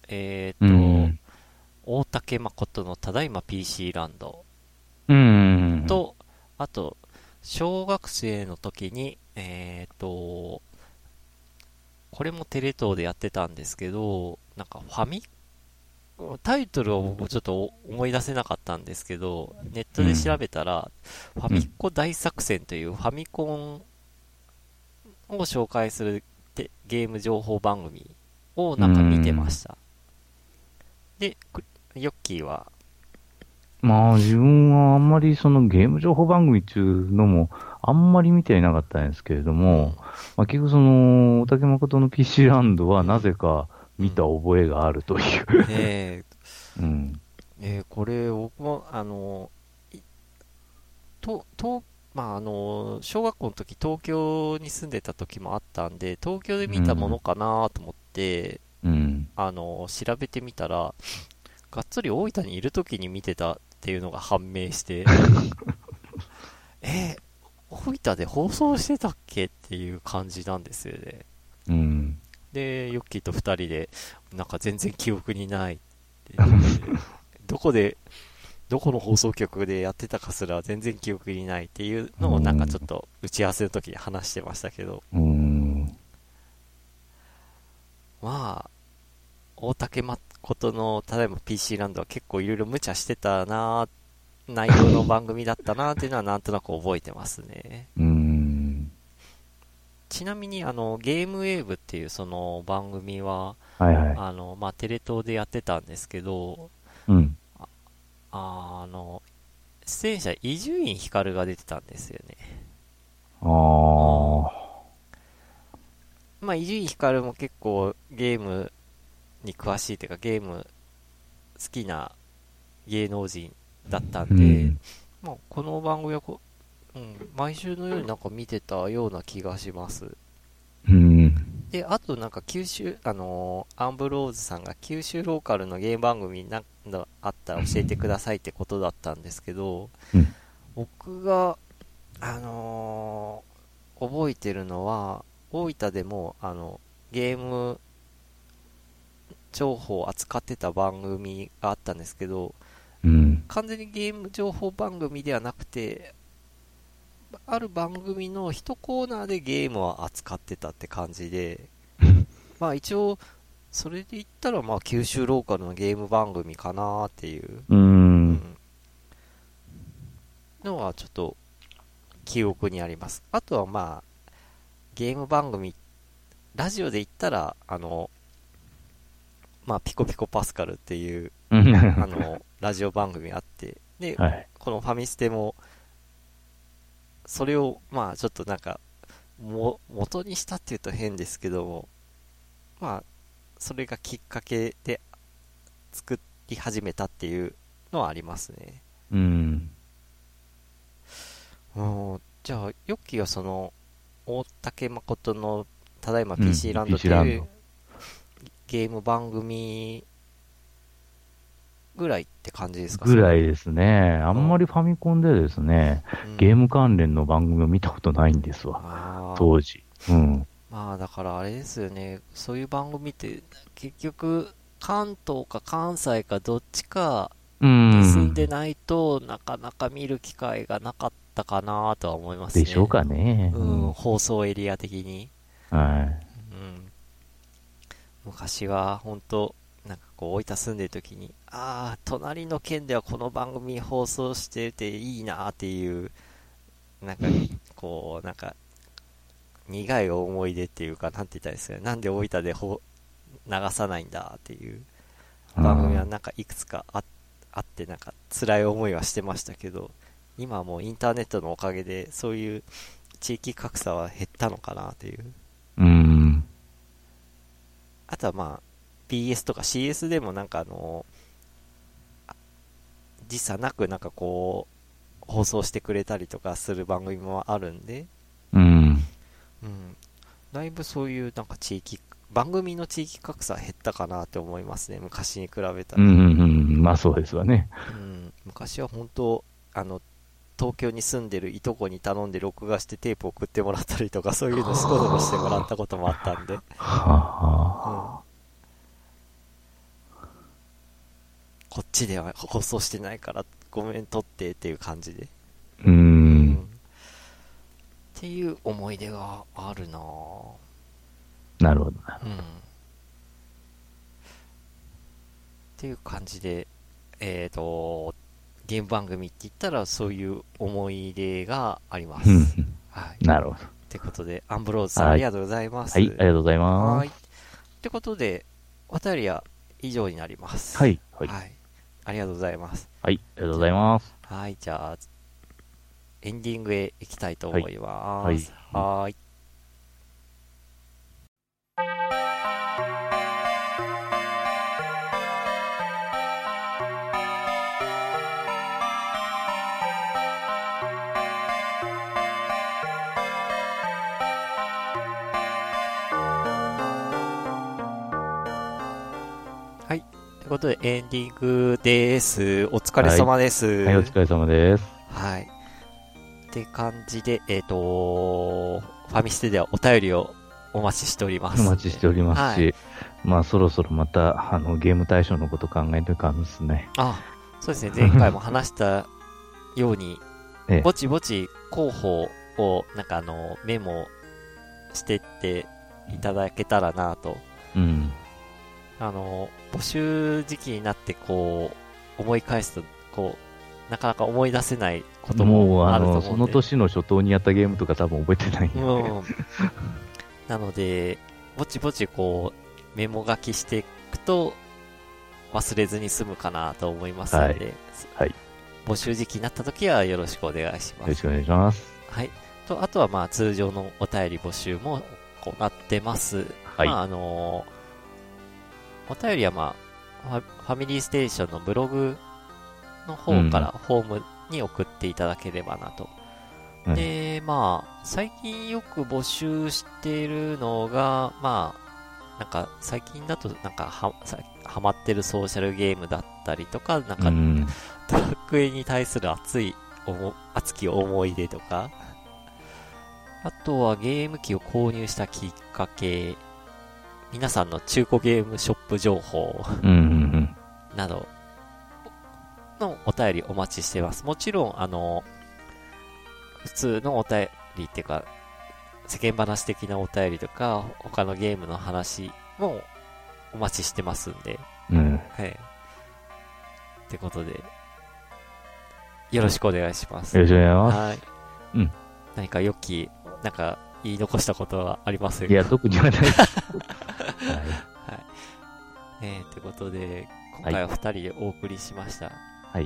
A: 大竹誠のただいま PC ランドと、あと、小学生の時に、これもテレ東でやってたんですけど、なんかタイトルを僕ちょっと思い出せなかったんですけど、ネットで調べたら、ファミコ大作戦というファミコンを紹介するゲーム情報番組をなんか見てました。で、ヨッキーは
B: まあ自分はあんまりそのゲーム情報番組っていうのもあんまり見ていなかったんですけれども、まあ結局その、大竹誠の PC ランドはなぜか見た覚えがあるという。
A: これ僕も小学校の時東京に住んでた時もあったんで、東京で見たものかなと思って、調べてみたら、がっつり大分にいる時に見てたっていうのが判明して、大分で放送してたっけっていう感じなんですよね。で、ヨッキーと二人で、なんか全然記憶にないってどこの放送局でやってたかすら全然記憶にないっていうのをなんかちょっと打ち合わせの時に話してましたけど。まあ、大竹誠のただいま PC ランドは結構いろいろ無茶してたな、内容の番組だったなっていうのはなんとなく覚えてますね。ちなみにゲームウェーブっていうその番組は、テレ東でやってたんですけど、出演者伊集院光が出てたんですよね。まあ伊集院光も結構ゲームに詳しいというかゲーム好きな芸能人だったんで、まあこの番組は毎週のようになんか見てたような気がします。で、あとなんかアンブローズさんが九州ローカルのゲーム番組なんかあったら教えてくださいってことだったんですけど、僕が、覚えてるのは、大分でも、ゲーム情報を扱ってた番組があったんですけど、完全にゲーム情報番組ではなくて、ある番組の一コーナーでゲームを扱ってたって感じで、まあ一応、それで言ったらまあ九州ローカルのゲーム番組かなっていう、のはちょっと記憶にあります。あとはまあ、ゲーム番組、ラジオで言ったら、まあピコピコパスカルっていう、ラジオ番組あって、で、このファミステも、それを、まあちょっとなんか、元にしたって言うと変ですけども、まあ、それがきっかけで作り始めたっていうのはありますね。
B: うん。
A: じゃあ、ヨッキーはその、大竹誠のただいま
B: うん。
A: PC ランドって
B: PC ラン
A: いう
B: ド。
A: ゲーム番組ぐらいって感じですか？
B: ぐらいですね。あ
A: うん
B: んまりファミコンでですね、ゲーム関連の番組を見たことないんですわ。当時。うん。
A: まあだからあれですよね、そういう番組って結局関東か関西かどっちかに住んでないとなかなか見る機会がなかったかなとは思いますね。
B: でしょうかね。
A: 放送エリア的に。
B: はい。
A: 昔は本当なんかこう大分住んでる時に、隣の県ではこの番組放送してていいなっていう、なんかこうなんか苦い思い出っていうか、なんて言ったらいいですかね、なんで大分で流さないんだっていう番組はなんかいくつかあってなんか辛い思いはしてましたけど、今はもうインターネットのおかげでそういう地域格差は減ったのかなっていう。あとはまあ BS とか CS でもなんか時差なくなんかこう放送してくれたりとかする番組もあるんで、だいぶそういうなんか番組の地域格差減ったかなって思いますね、昔に比べたら。
B: まあそうですわね。
A: 昔は本当東京に住んでるいとこに頼んで録画してテープ送ってもらったりとか、そういうの仕事にしてもらったこともあったんで、こっちでは放送してないからごめん撮ってっていう感じで、っていう思い出があるなぁ。
B: なるほど。
A: っていう感じで、ゲーム番組って言ったらそういう思い出があります。
B: はい。なるほど。
A: ってことで、アンブローズさん、ありがとうございます。
B: はい、ありがとうございます。
A: ってことで、お便りは以上になります。
B: はい。
A: ありがとうございます。
B: はい、ありがとうございます。
A: はい、じゃあ、エンディングへ行きたいと思います。はい。ということで、エンディングです。お疲れ様です。
B: はい、お疲れ様です。
A: はい。って感じで、ファミステではお便りをお待ちしております。
B: お待ちしておりますし、まあそろそろまた、ゲーム対象のこと考えてるかんですね。
A: そうですね。前回も話したように、ぼちぼち候補を、なんかメモしてっていただけたらなと。募集時期になってこう思い返すとこうなかなか思い出せないこともあると思うんで、
B: その年の初頭にやったゲームとか多分覚えてないんで、
A: なのでぼちぼちこうメモ書きしていくと忘れずに済むかなと思いますので、募集時期になった時はよろしくお願いします。
B: よろしくお願いします。
A: はい。あとはまあ通常のお便り募集もこうなってます。お便りはまあ、ファミリーステーションのブログの方からフォームに送っていただければなと。で、まあ、最近よく募集しているのが、まあ、なんか最近だとなんかハマってるソーシャルゲームだったりとか、なんか、ドラクエに対する熱き思い出とか、あとはゲーム機を購入したきっかけ、皆さんの中古ゲームショップ情報などのお便りお待ちしてます。もちろん、普通のお便りっていうか、世間話的なお便りとか、他のゲームの話もお待ちしてますんで。はい。ってことで、よろしくお願いします。
B: よろしくお願いします。
A: はい。何か良き、なんか言い残したことはありますか？
B: いや、特にはない。
A: ということで、今回は2人でお送りしました。
B: はい。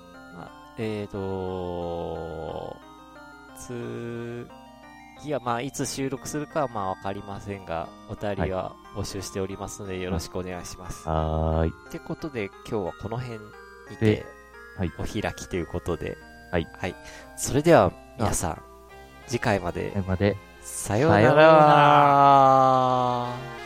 A: 次はまあいつ収録するかはまあわかりませんが、お便りは募集しておりますのでよろしくお願いします。
B: はい。
A: ってことで今日はこの辺にて、
B: はい。
A: お開きということで。
B: はい。
A: はい。それでは、皆さん、次回まで。
B: 次回まで。
A: さようなら。